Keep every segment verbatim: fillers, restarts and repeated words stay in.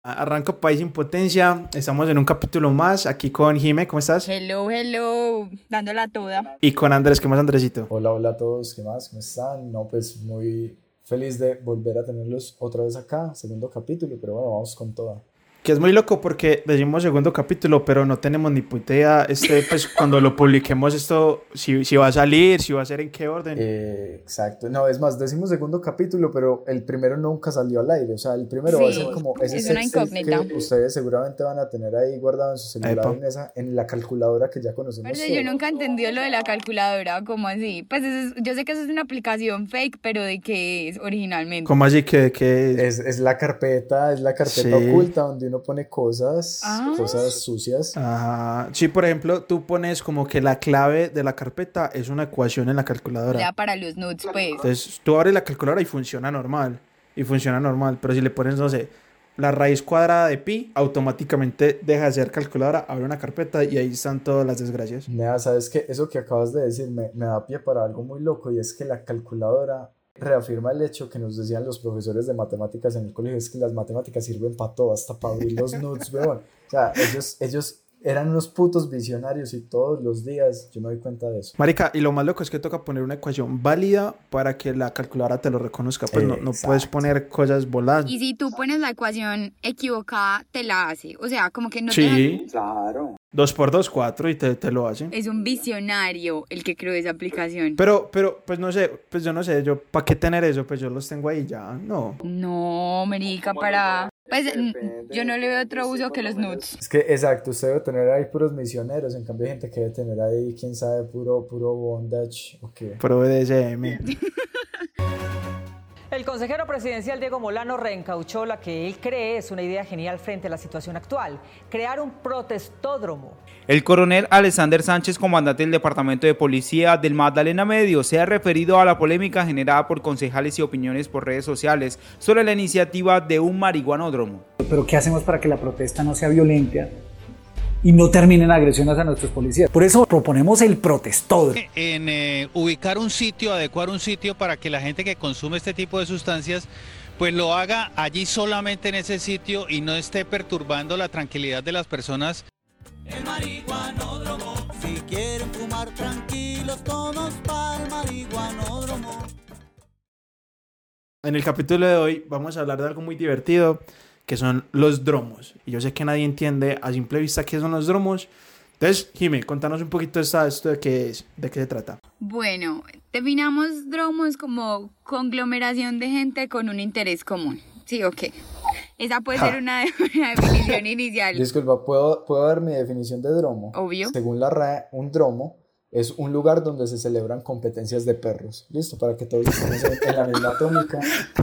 Arranco País sin Potencia, estamos en un capítulo más, aquí con Jime, ¿cómo estás? Hello, hello, dándola toda. Y con Andrés, ¿qué más, Andresito? Hola, hola a todos, ¿qué más? ¿Cómo están? No, pues muy feliz de volver a tenerlos otra vez acá, segundo capítulo, pero bueno, vamos con toda. Que es muy loco porque decimos segundo capítulo, pero no tenemos ni puta idea, este, pues cuando lo publiquemos esto, si, si va a salir, si va a ser en qué orden. Eh, exacto, no, es más, decimos segundo capítulo, pero el primero nunca salió al aire, o sea, el primero sí, va a ser como ese es una incógnita que ustedes seguramente van a tener ahí guardado en su celular, en, esa, en la calculadora que ya conocemos. Pero yo nunca entendí lo de la calculadora, ¿cómo así? Pues eso es, yo sé que eso es una aplicación fake, pero ¿de qué es originalmente? ¿Cómo así que, que es? Es, es la carpeta, es la carpeta sí. oculta donde uno pone cosas, ah. cosas sucias. Ajá. Sí, por ejemplo, tú pones como que la clave de la carpeta es una ecuación en la calculadora. Ya para los nudes, pues. Entonces, tú abres la calculadora y funciona normal. Y funciona normal. Pero si le pones, no sé, la raíz cuadrada de pi, automáticamente deja de ser calculadora, abre una carpeta y ahí están todas las desgracias. Mira, ¿sabes qué? Eso que acabas de decir me, me da pie para algo muy loco, y es que la calculadora reafirma el hecho que nos decían los profesores de matemáticas en el colegio, es que las matemáticas sirven para todo, hasta para abrir los nudes, weón. O sea, ellos, ellos eran unos putos visionarios y todos los días yo me doy cuenta de eso. Marica, y lo más loco es que toca poner una ecuación válida para que la calculadora te lo reconozca, pues no, no puedes poner cosas voladas. Y si tú pones la ecuación equivocada, te la hace, o sea, como que no sí, te... Sí, claro. Dos por dos, cuatro y te, te lo hace. Es un visionario el que creó esa aplicación. Pero, pero, pues no sé, pues yo no sé, yo, ¿para qué tener eso? Pues yo los tengo ahí ya, no. No, marica, para... Pues yo no le veo otro uso que los nudes. Es que, exacto, usted debe tener ahí puros misioneros, en cambio hay gente que debe tener ahí, quién sabe, puro, puro bondage, ¿o qué? Puro B D S M. El consejero presidencial Diego Molano reencauchó la que él cree es una idea genial frente a la situación actual: crear un protestódromo. El coronel Alexander Sánchez, comandante del Departamento de Policía del Magdalena Medio, se ha referido a la polémica generada por concejales y opiniones por redes sociales sobre la iniciativa de un marihuanódromo. Pero ¿qué hacemos para que la protesta no sea violenta y no terminen agresiones a nuestros policías? Por eso proponemos el protestódromo. En eh, ubicar un sitio, adecuar un sitio para que la gente que consume este tipo de sustancias pues lo haga allí, solamente en ese sitio, y no esté perturbando la tranquilidad de las personas. El marihuanódromo, si quieren fumar tranquilos todos para el marihuanódromo. En el capítulo de hoy vamos a hablar de algo muy divertido, que son los dromos. Y yo sé que nadie entiende a simple vista qué son los dromos. Entonces, Jimé, contanos un poquito esta, esto de qué es, de qué se trata. Bueno, definamos dromos como conglomeración de gente con un interés común. ¿Sí o qué? Esa puede ja. ser una, una definición inicial. Disculpa, ¿puedo, ¿puedo dar mi definición de dromo? Obvio. Según la R A E, un dromo es un lugar donde se celebran competencias de perros. ¿Listo? Para que todos estemos en, en la misma tónica.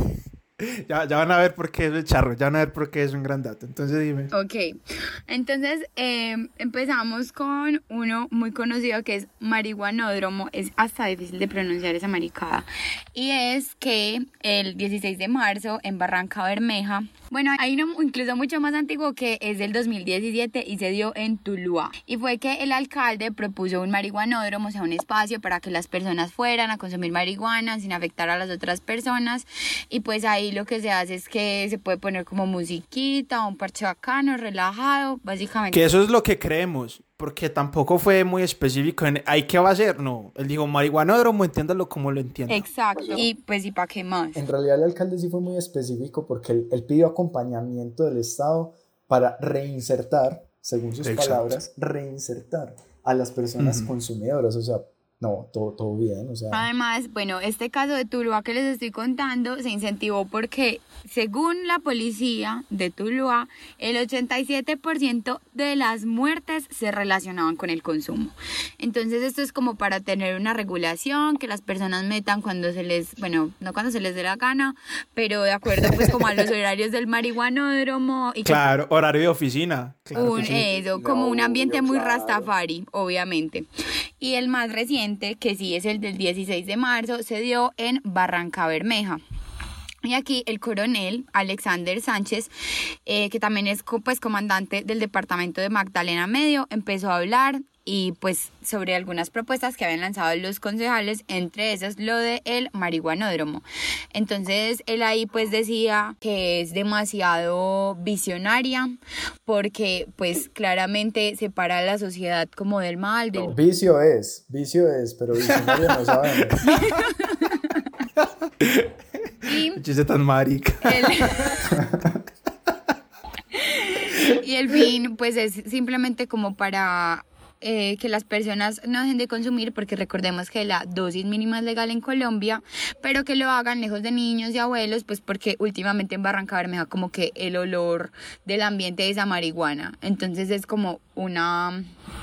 Ya, ya van a ver por qué es el charro, ya van a ver por qué es un gran dato. Entonces dime. Ok, entonces eh, empezamos con uno muy conocido que es marihuanódromo. Es hasta difícil de pronunciar esa maricada. Y es que el dieciséis de marzo en Barranca Bermeja, bueno, hay uno incluso mucho más antiguo que es del dos mil diecisiete y se dio en Tuluá. Y fue que el alcalde propuso un marihuanódromo, o sea, un espacio para que las personas fueran a consumir marihuana sin afectar a las otras personas. Y pues ahí lo que se hace es que se puede poner como musiquita, un parche bacano, relajado, básicamente. Que eso es lo que creemos, porque tampoco fue muy específico en ¿ahí qué va a hacer? No, él dijo marihuanódromo, entiéndalo como lo entienda. Exacto, y pues ¿y para qué más? En realidad el alcalde sí fue muy específico porque él, él pidió acompañamiento del Estado para reinsertar, según sus Exacto. palabras, reinsertar a las personas uh-huh. consumidoras, o sea, no, todo, todo bien, o sea. Además, bueno, este caso de Tuluá que les estoy contando se incentivó porque, según la policía de Tuluá, el ochenta y siete por ciento de las muertes se relacionaban con el consumo. Entonces, esto es como para tener una regulación, que las personas metan cuando se les, bueno, no cuando se les dé la gana, pero de acuerdo pues como a los horarios del marihuanódromo. Y claro, que, horario de oficina. Claro un, sí. Eso, como no, un ambiente muy claro. rastafari, obviamente. Y el más reciente, que sí es el del dieciséis de marzo, se dio en Barranca Bermeja. Y aquí el coronel Alexander Sánchez, eh, que también es pues comandante del departamento de Magdalena Medio, empezó a hablar y pues sobre algunas propuestas que habían lanzado los concejales, entre esas lo de el marihuanódromo. Entonces él ahí pues decía que es demasiado visionaria porque pues claramente separa a la sociedad como del mal, del... No, vicio es, vicio es, pero visionaria no sabemos. Y chiste tan marica. el... y el fin pues es simplemente como para... Eh, que las personas no dejen de consumir, porque recordemos que la dosis mínima es legal en Colombia, pero que lo hagan lejos de niños y abuelos, pues porque últimamente en Barranca Bermeja como que el olor del ambiente es a marihuana, entonces es como una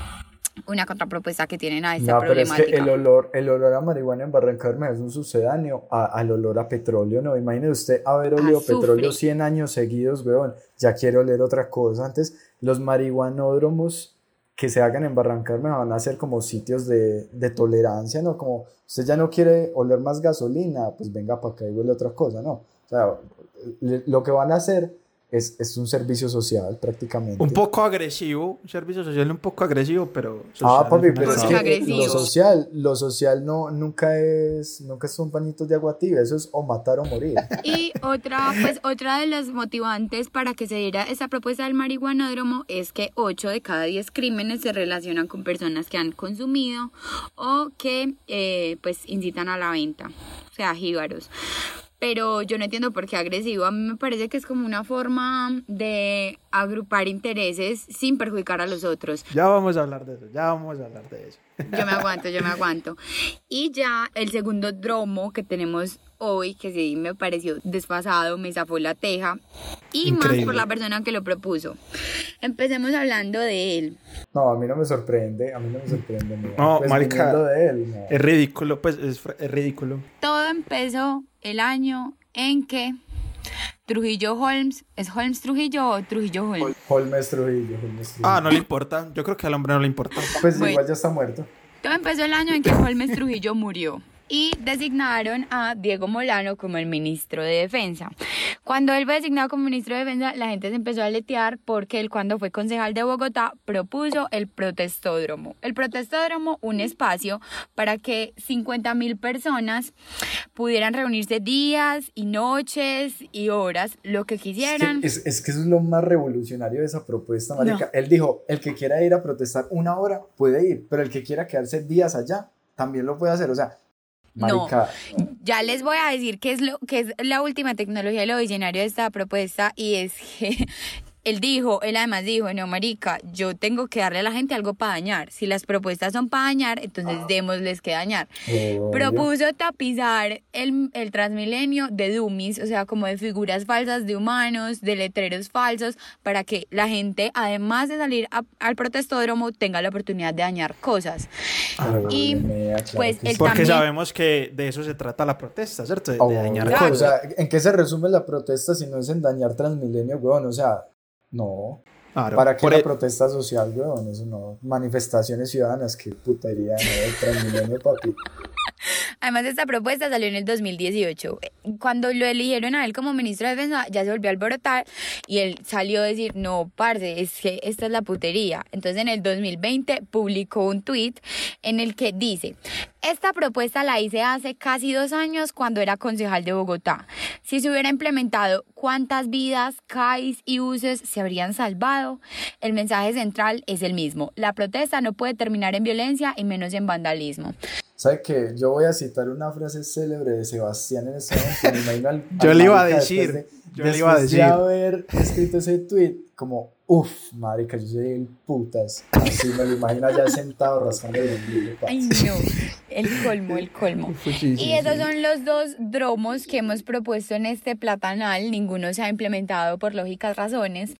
una contrapropuesta que tienen a esta no, problemática. Pero es que el olor, el olor a marihuana en Barranca Bermeja es un sucedáneo a, al olor a petróleo, ¿no? Imagine usted haber olido Azufre. petróleo cien años seguidos, weón, ya quiere oler otra cosa. Antes, los marihuanódromos que se hagan en Barranca Bermeja van a ser como sitios de, de tolerancia, ¿no? Como usted ya no quiere oler más gasolina, pues venga para acá y huele otra cosa, ¿no? O sea, le, lo que van a hacer es, es un servicio social prácticamente. Un poco agresivo, un servicio social un poco agresivo, pero social. Ah, papi, pero Pues es sí, que agresivo. lo social, lo social no, nunca es, nunca son pañitos de agua tibia, eso es o matar o morir. Y otra, pues otra de las motivantes para que se diera esa propuesta del marihuanódromo es que ocho de cada diez crímenes se relacionan con personas que han consumido o que eh, pues incitan a la venta, o sea, jíbaros. Pero yo no entiendo por qué agresivo. A mí me parece que es como una forma de agrupar intereses sin perjudicar a los otros. Ya vamos a hablar de eso, ya vamos a hablar de eso. Yo me aguanto, yo me aguanto. Y ya el segundo dromo que tenemos hoy, que sí me pareció desfasado, me zafó la teja. Y Increíble. más por la persona que lo propuso. Empecemos hablando de él. No, a mí no me sorprende, a mí no me sorprende. Mira. No, Pues marica, viniendo de él, no. Es ridículo, pues es, fr- es ridículo. Todo empezó el año en que Trujillo Holmes, ¿es Holmes Trujillo o Trujillo Holmes? Holmes Trujillo, Holmes Trujillo. Ah, no le importa. Yo creo que al hombre no le importa. Pues Bueno. igual ya está muerto. Todo empezó el año en que Holmes Trujillo murió y designaron a Diego Molano como el ministro de Defensa. Cuando él fue designado como ministro de Defensa, la gente se empezó a aletear porque él, cuando fue concejal de Bogotá, propuso el protestódromo. El protestódromo, un espacio para que cincuenta mil personas pudieran reunirse días y noches y horas, lo que quisieran. Es, es que eso es lo más revolucionario de esa propuesta, marica. Él dijo, el que quiera ir a protestar una hora puede ir, pero el que quiera quedarse días allá también lo puede hacer. O sea, marica, Ya les voy a decir qué es lo que es la última tecnología y lo visionario de esta propuesta, y es que él dijo, él además dijo, no, marica, yo tengo que darle a la gente algo para dañar. Si las propuestas son para dañar, entonces démosles que dañar. obvio. Propuso tapizar el, el Transmilenio de dummies, o sea, como de figuras falsas de humanos, de letreros falsos, para que la gente, además de salir a- al protestódromo, tenga la oportunidad de dañar cosas. Pero, y, mea, claro pues, que el sí. Porque también- sabemos que de eso se trata la protesta, ¿cierto? De, de Obvio. dañar Claro. O cosas. sea, ¿en qué se resume la protesta si no es en dañar Transmilenio, weón? O sea, no. Claro. ¿Para qué Por la e- protesta social, weón? Eso no. Manifestaciones ciudadanas, qué putería, ¿no? El Transmilenio, papi. Además, esta propuesta salió en el dos mil dieciocho. Cuando lo eligieron a él como ministro de Defensa, ya se volvió a alborotar y él salió a decir, no, parce, es que esta es la putería. Entonces, en el dos mil veinte publicó un tuit en el que dice, esta propuesta la hice hace casi dos años cuando era concejal de Bogotá. Si se hubiera implementado, ¿cuántas vidas, C A Is y buses se habrían salvado? El mensaje central es el mismo. La protesta no puede terminar en violencia y menos en vandalismo. ¿Sabe qué? Yo voy a citar una frase célebre de Sebastián en este momento. Me imagino al, Yo al le iba a marica decir, después de- yo le iba a después de decir. haber escrito ese tweet, como, uff, marica, yo soy el putas. Así me lo imagino allá sentado rascando el ombligo. Ay, no, el colmo, el colmo. Y esos son los dos dromos que hemos propuesto en este platanal. Ninguno se ha implementado por lógicas razones.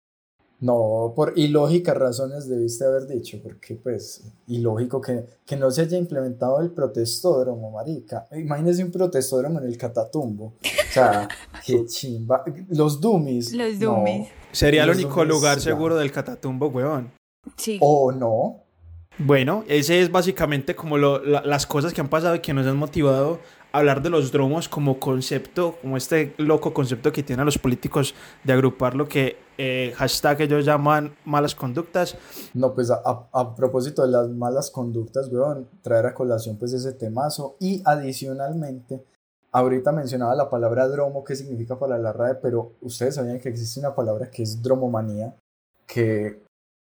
No, por ilógicas razones debiste haber dicho, porque pues, ilógico que, que no se haya implementado el protestódromo, marica. Imagínese un protestódromo en el Catatumbo. O sea, qué chimba. Los dummies. Los no. dummies. Sería el Los único dummies, lugar ya. seguro del Catatumbo, weón. Sí. O no. Bueno, ese es básicamente como lo- la- las cosas que han pasado y que nos han motivado hablar de los dromos como concepto, como este loco concepto que tienen los políticos de agrupar lo que eh, hashtag ellos llaman malas conductas. No, pues a, a, a propósito de las malas conductas, weón, traer a colación pues ese temazo y adicionalmente, ahorita mencionaba la palabra dromo, ¿qué significa para la R A E? Pero ustedes sabían que existe una palabra que es dromomanía, que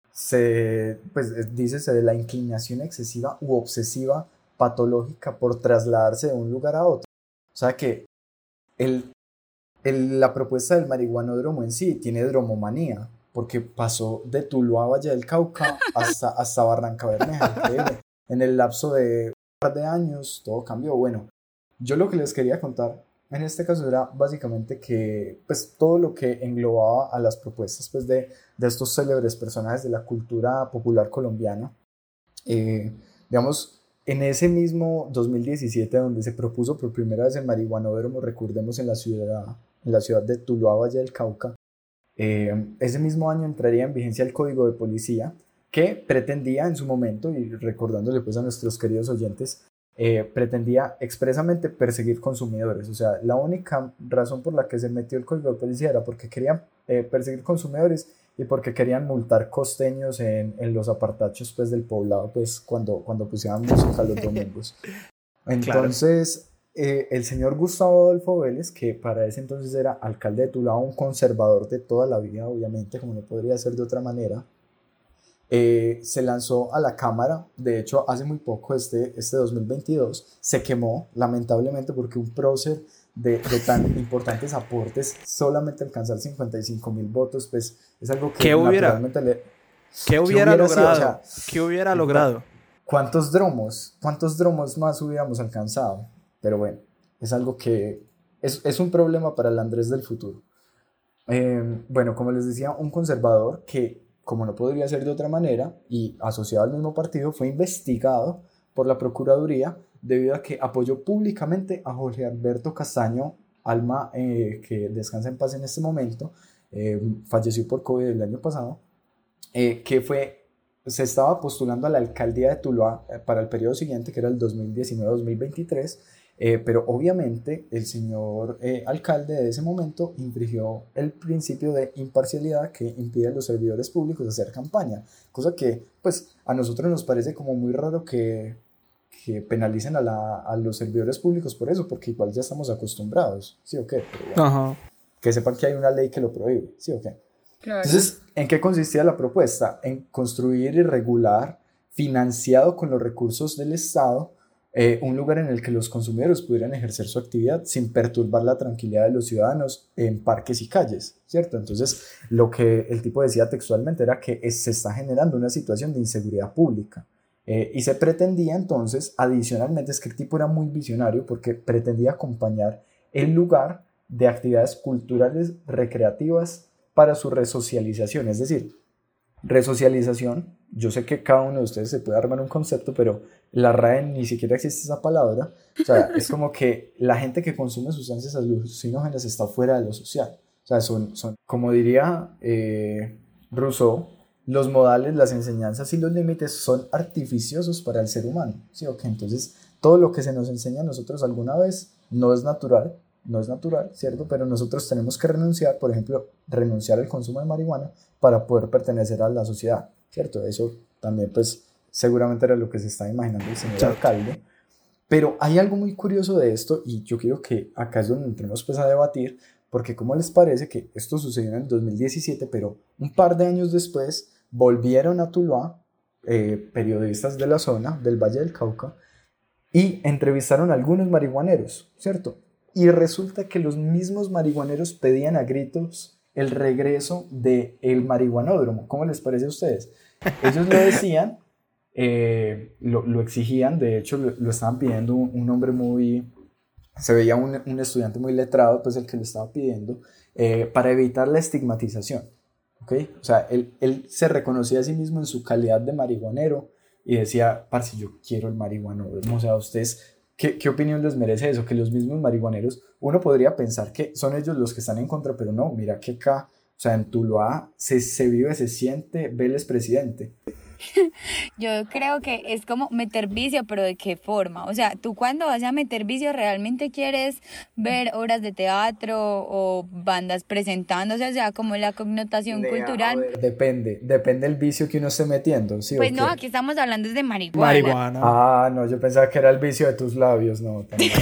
se, pues dícese de la inclinación excesiva u obsesiva patológica por trasladarse de un lugar a otro. O sea que el, el, la propuesta del marihuanódromo en sí tiene dromomanía, porque pasó de Tuluá a Valle del Cauca hasta, hasta Barranca Bermeja. Increíble. En el lapso de un par de años todo cambió. Bueno, yo lo que les quería contar en este caso era básicamente que pues, todo lo que englobaba a las propuestas pues, de, de estos célebres personajes de la cultura popular colombiana, eh, digamos, en ese mismo dos mil diecisiete donde se propuso por primera vez el marihuanódromo, recordemos en la ciudad, en la ciudad de Tuluá, Valle del Cauca, eh, ese mismo año entraría en vigencia el Código de Policía que pretendía en su momento, y recordándole pues a nuestros queridos oyentes, eh, pretendía expresamente perseguir consumidores. O sea, la única razón por la que se metió el Código de Policía era porque querían eh, perseguir consumidores y porque querían multar costeños en, en los apartachos pues, del poblado pues, cuando, cuando pusieran música los domingos. Entonces, claro. eh, el señor Gustavo Adolfo Vélez, que para ese entonces era alcalde de Tuluá, un conservador de toda la vida, obviamente, como no podría ser de otra manera, eh, se lanzó a la Cámara. De hecho, hace muy poco, este, este dos mil veintidós, se quemó, lamentablemente, porque un prócer De, de tan importantes aportes, solamente alcanzar cincuenta y cinco mil votos, pues es algo que ¿Qué hubiera, naturalmente le, ¿qué hubiera, ¿qué hubiera logrado? Sido, o sea, ¿Qué hubiera logrado? ¿Cuántos dromos? ¿Cuántos dromos más hubiéramos alcanzado? Pero bueno, es algo que es, es un problema para el Andrés del futuro. Eh, bueno, como les decía, un conservador que, como no podría ser de otra manera, y asociado al mismo partido, fue investigado por la Procuraduría debido a que apoyó públicamente a Jorge Alberto Castaño, alma eh, que descansa en paz en este momento, eh, falleció por COVID el año pasado, eh, que fue, se estaba postulando a la alcaldía de Tuluá eh, para el periodo siguiente, que era el dos mil diecinueve dos mil veintitrés, eh, pero obviamente el señor eh, alcalde de ese momento infringió el principio de imparcialidad que impide a los servidores públicos hacer campaña, cosa que pues a nosotros nos parece como muy raro que que penalicen a, la, a los servidores públicos por eso, porque igual ya estamos acostumbrados, ¿sí o qué? Pero bueno, ajá. Que sepan que hay una ley que lo prohíbe, ¿sí o qué? Claro. Entonces, ¿en qué consistía la propuesta? En construir y regular, financiado con los recursos del Estado, eh, un lugar en el que los consumidores pudieran ejercer su actividad sin perturbar la tranquilidad de los ciudadanos en parques y calles, ¿cierto? Entonces, lo que el tipo decía textualmente era que se está generando una situación de inseguridad pública. Eh, y se pretendía entonces, adicionalmente, es que el tipo era muy visionario porque pretendía acompañar el lugar de actividades culturales recreativas para su resocialización. Es decir, resocialización, yo sé que cada uno de ustedes se puede armar un concepto, pero la R A E ni siquiera existe esa palabra. O sea, es como que la gente que consume sustancias alucinógenas está fuera de lo social. O sea, son, son como diría eh, Rousseau, los modales, las enseñanzas y los límites son artificiosos para el ser humano, ¿sí o qué? Entonces, todo lo que se nos enseña a nosotros alguna vez no es natural, no es natural, ¿cierto? Pero nosotros tenemos que renunciar, por ejemplo, renunciar al consumo de marihuana para poder pertenecer a la sociedad, ¿cierto? Eso también, pues, seguramente era lo que se estaba imaginando el señor Exacto. alcalde. Pero hay algo muy curioso de esto y yo quiero que acá es donde entremos pues a debatir, porque ¿cómo les parece que esto sucedió en el dos mil diecisiete, pero un par de años después volvieron a Tuluá eh, periodistas de la zona, del Valle del Cauca, y entrevistaron a algunos marihuaneros, ¿cierto? Y resulta que los mismos marihuaneros pedían a gritos el regreso del marihuanódromo. ¿Cómo les parece a ustedes? Ellos lo decían, eh, lo, lo exigían, de hecho lo, lo estaban pidiendo un, un hombre muy... Se veía un, un estudiante muy letrado, pues el que lo estaba pidiendo, eh, para evitar la estigmatización. ¿Okay? O sea, él, él se reconocía a sí mismo en su calidad de marihuanero y decía, parce, yo quiero el marihuanódromo. O sea, ¿ustedes qué, qué opinión les merece eso? Que los mismos marihuaneros, uno podría pensar que son ellos los que están en contra, pero no, mira que acá, o sea, en Tuluá se, se vive, se siente Vélez presidente. Yo creo que es como meter vicio, pero ¿de qué forma? O sea, tú cuando vas a meter vicio realmente quieres ver obras de teatro o bandas presentándose, o sea, como la connotación Nea, cultural. Depende, depende del vicio que uno esté metiendo, ¿sí? Pues ¿o no, qué? aquí estamos hablando de marihuana. Marihuana. Ah, no, yo pensaba que era el vicio de tus labios, no. también.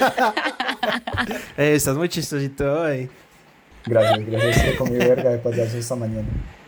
Eh, estás muy chistosito hoy. Gracias, gracias, que comí verga de payaso esta mañana.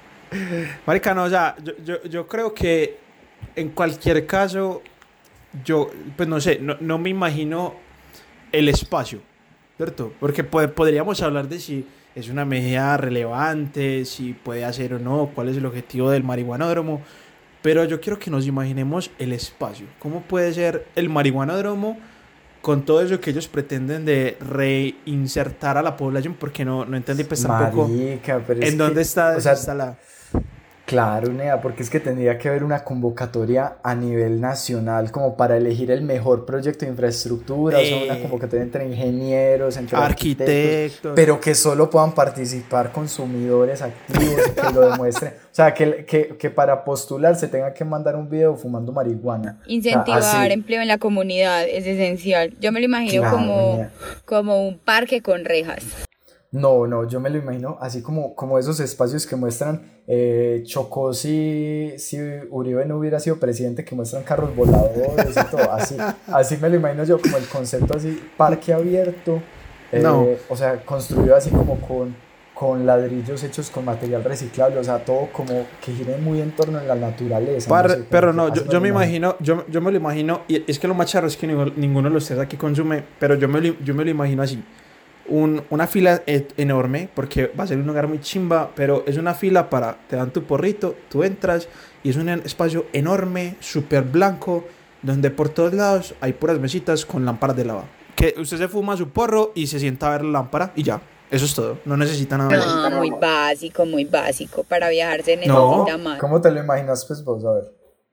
Marica, no, o sea, yo, yo, yo creo que en cualquier caso, yo, pues no sé, no, no me imagino el espacio, ¿cierto? Porque pod- podríamos hablar de si es una medida relevante, si puede hacer o no, cuál es el objetivo del marihuanódromo, pero yo quiero que nos imaginemos el espacio. ¿Cómo puede ser el marihuanódromo con todo eso que ellos pretenden de reinsertar a la población? Porque no, no entendí pues tampoco Marica, pero es en dónde que, está o sea, instalada. claro, Nea, porque es que tendría que haber una convocatoria a nivel nacional como para elegir el mejor proyecto de infraestructura, o sea, una Eh. convocatoria entre ingenieros, entre arquitectos, Arquitectos. pero que solo puedan participar consumidores activos y que lo demuestren. O sea, que, que, que para postular se tenga que mandar un video fumando marihuana. Incentivar O sea, así. empleo en la comunidad es esencial. Yo me lo imagino Claro, como, mira. como un parque con rejas. No, no, yo me lo imagino así como, como esos espacios que muestran eh, Chocó si, si Uribe no hubiera sido presidente, que muestran carros voladores y todo, así, así me lo imagino yo, como el concepto así, parque abierto, eh, No. o sea, construido así como con, con ladrillos hechos con material reciclable, o sea, todo como que gire muy en torno a la naturaleza. Par- no sé, pero como no, que yo, así yo me imagino, yo, yo me lo imagino, y es que lo más charro es que ninguno, ninguno de los tres aquí consume, pero yo me lo, yo me lo imagino así. Un, una fila e- enorme, porque va a ser un lugar muy chimba, pero es una fila para, te dan tu porrito, tú entras y es un en- espacio enorme, súper blanco, donde por todos lados hay puras mesitas con lámparas de lava. Que usted se fuma su porro y se sienta a ver la lámpara y ya, eso es todo, no necesita nada más. No, muy básico, muy básico. Para viajar se No, necesita más. ¿cómo te lo imaginas pues vos? A ver.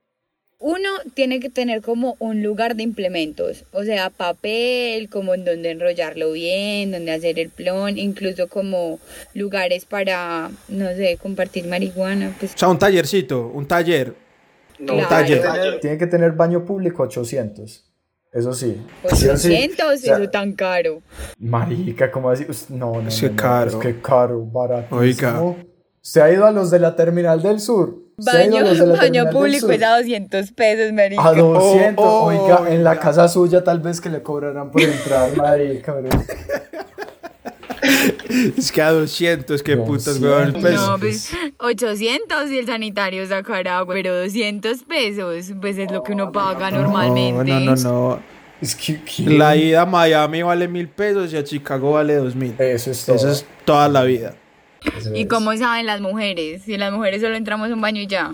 Uno tiene que tener como un lugar de implementos, o sea, papel, como en donde enrollarlo bien, donde hacer el plon, incluso como lugares para, no sé, compartir marihuana. Pues O sea, un tallercito, un taller, claro. un taller. Tiene que tener baño público ochocientos. Eso sí. Sí o sí. ochocientos, O sea, eso tan caro. marica, ¿cómo así? Us- No, no, Es no, que no, caro. es que caro, baratísimo. Oiga. ¿Se ha ido a los de la Terminal del Sur? ¿Se ha ido a Baño, los de la baño Terminal del público Sur? es a doscientos pesos, marica. A doscientos. Oh, oh, Oiga, en la oiga. casa suya tal vez que le cobrarán por entrar, marica, bro. Es que a doscientos, qué putas, doscientos. weón. Pues, No, pues ochocientos y el sanitario sacará, pero doscientos pesos, pues es lo que uno paga normalmente. No, no, no, no. Es que, que- La ida a Miami vale mil pesos y a Chicago vale dos mil. Eso es todo. Eso es toda la vida. Eso ¿Y es. cómo saben las mujeres? Si las mujeres solo entramos a un baño y ya.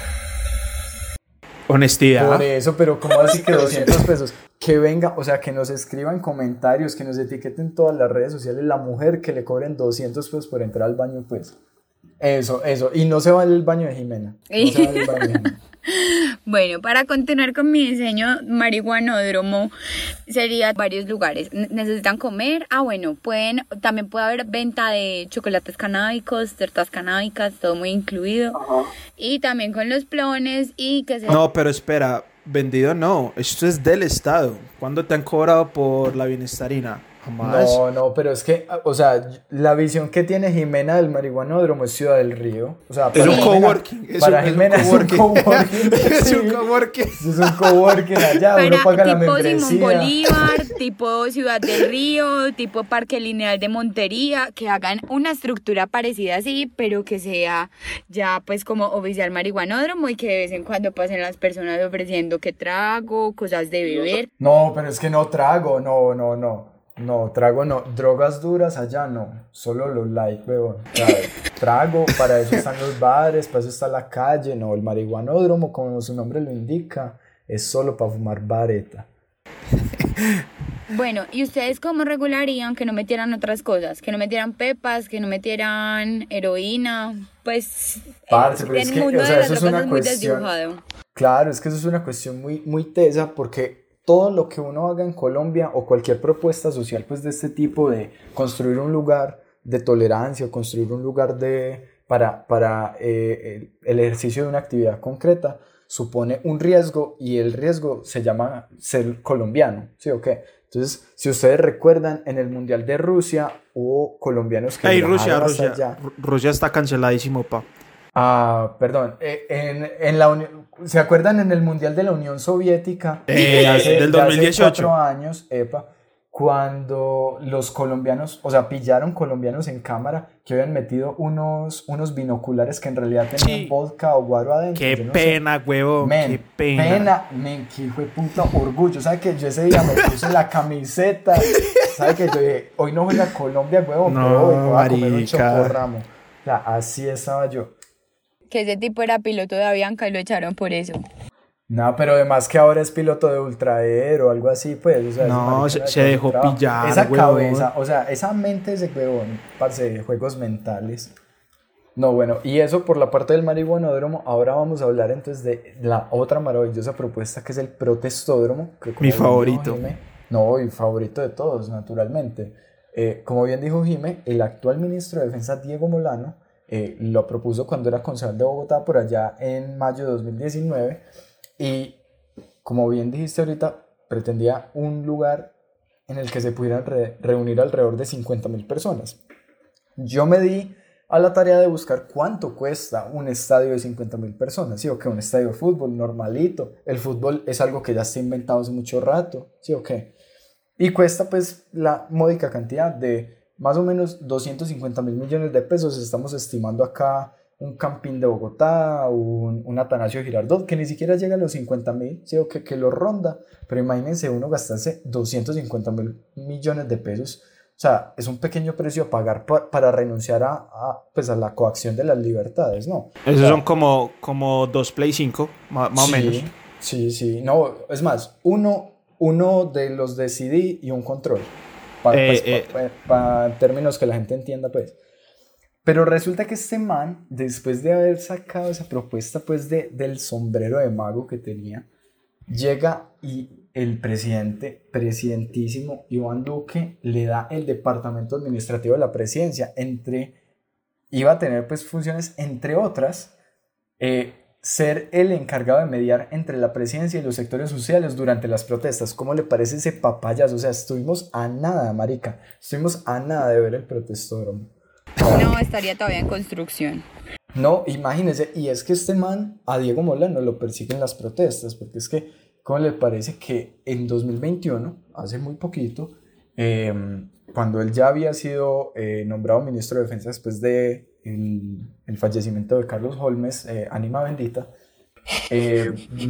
Honestidad. Por eso, pero ¿cómo así que doscientos pesos? Que venga, o sea, que nos escriban comentarios, que nos etiqueten en todas las redes sociales la mujer que le cobren doscientos pesos por entrar al baño, pues. Eso, eso. Y no se vale el baño de Jimena. No se vale el baño de Jimena. Bueno, para continuar con mi diseño marihuanódromo, sería varios lugares. N- ¿Necesitan comer? Ah, bueno, pueden, también puede haber venta de chocolates canábicos, tortas canábicas, todo muy incluido. Y también con los plones y que se... No, pero espera, vendido no. Esto es del Estado. ¿Cuándo te han cobrado por la bienestarina? Jamás. No, no, pero es que, o sea, la visión que tiene Jimena del marihuanódromo es Ciudad del Río. O sea, Es para un Jimena- coworking. Es para un, es un Jimena es un coworking. coworking. Es Sí, un coworking. es un coworking allá, uno Para paga la tipo Simón membresía. Bolívar, tipo Ciudad del Río, tipo Parque Lineal de Montería, que hagan una estructura parecida así, pero que sea ya pues como oficial marihuanódromo y que de vez en cuando pasen las personas ofreciendo que trago, cosas de beber. No, pero es que no trago, no, no, no. No, trago no. Drogas duras allá no. Solo los light, weón. Trago. Trago, para eso están los bares, para eso está la calle. No, el marihuanódromo, como su nombre lo indica, es solo para fumar vareta. Bueno, ¿y ustedes cómo regularían que no metieran otras cosas? Que no metieran pepas, que no metieran heroína, pues Parce, el, pero es el que, mundo o sea, de las eso es drogas una es muy cuestión- desdibujado. Claro, es que eso es una cuestión muy, muy tesa porque todo lo que uno haga en Colombia o cualquier propuesta social pues de este tipo de construir un lugar de tolerancia o construir un lugar de, para, para eh, el, el ejercicio de una actividad concreta supone un riesgo y el riesgo se llama ser colombiano, ¿sí o qué? Entonces, si ustedes recuerdan, en el Mundial de Rusia hubo colombianos que Ey, viajaron Rusia, hasta Rusia. allá. Ru- Rusia está canceladísimo, pa. Ah, perdón, eh, en, en la Uni- ¿se acuerdan en el Mundial de la Unión Soviética? Eh, de hace- del de hace dos mil dieciocho. cuatro años, epa, cuando los colombianos, o sea, pillaron colombianos en cámara que habían metido unos, unos binoculares que en realidad tenían Sí. vodka o guaro adentro. Qué yo no sé. pena, huevón, Men, qué pena. pena, men, qué hijo de puta orgullo. ¿Sabes que yo ese día me puse la camiseta? ¿Sabes que yo dije, hoy no juega Colombia, huevón, No, pero hoy voy a comer un marica. chocorramo? O sea, así estaba yo. Que ese tipo era piloto de Avianca y lo echaron por eso. No, pero además que ahora es piloto de Ultraer o algo así, pues. O sea, ese No, marica se- era se de dejó trabajo. pillar, Esa huevón. cabeza, o sea, esa mente de ese huevón, parce, de juegos mentales. No, bueno, y eso por la parte del marihuanódromo. Ahora vamos a hablar entonces de la otra maravillosa propuesta que es el protestódromo. Que como Mi bien dijo favorito. Jime- no, y favorito de todos, naturalmente. Eh, como bien dijo Jime, el actual ministro de Defensa, Diego Molano, eh, lo propuso cuando era concejal de Bogotá por allá en mayo de dos mil diecinueve y como bien dijiste ahorita, pretendía un lugar en el que se pudieran re- reunir alrededor de cincuenta mil personas. Yo me di a la tarea de buscar cuánto cuesta un estadio de cincuenta mil personas, ¿sí o qué? Un estadio de fútbol normalito. El fútbol es algo que ya está inventado hace mucho rato, ¿sí o qué? Y cuesta pues la módica cantidad de más o menos doscientos cincuenta mil millones de pesos. Estamos estimando acá un Campín de Bogotá, un, un Atanasio Girardot, que ni siquiera llega a los cincuenta mil, ¿sí? O que, que lo ronda, pero imagínense uno gastarse doscientos cincuenta mil millones de pesos, o sea, es un pequeño precio a pagar pa- para renunciar a, a, pues a la coacción de las libertades, ¿no? Esos O sea, son como, como dos Play cinco, ma- más o sí, menos. Sí, sí, no, es más, uno, uno de los de C D y un control, para Eh, eh. pa, pa- pa términos que la gente entienda, pues. Pero resulta que este man, después de haber sacado esa propuesta pues de, del sombrero de mago que tenía, llega y el presidente, presidentísimo Iván Duque, le da el departamento administrativo de la presidencia. Entre, iba a tener pues funciones, entre otras, eh, ser el encargado de mediar entre la presidencia y los sectores sociales durante las protestas. ¿Cómo le parece ese papayazo? O sea, estuvimos a nada, marica, estuvimos a nada de ver el protestódromo. No, estaría todavía en construcción. No, imagínense, y es que este man, a Diego Molano, lo persiguen las protestas, porque es que, ¿cómo le parece que en dos mil veintiuno, hace muy poquito, eh, cuando él ya había sido eh, nombrado ministro de Defensa después de el, el fallecimiento de Carlos Holmes, eh, ánima bendita, eh,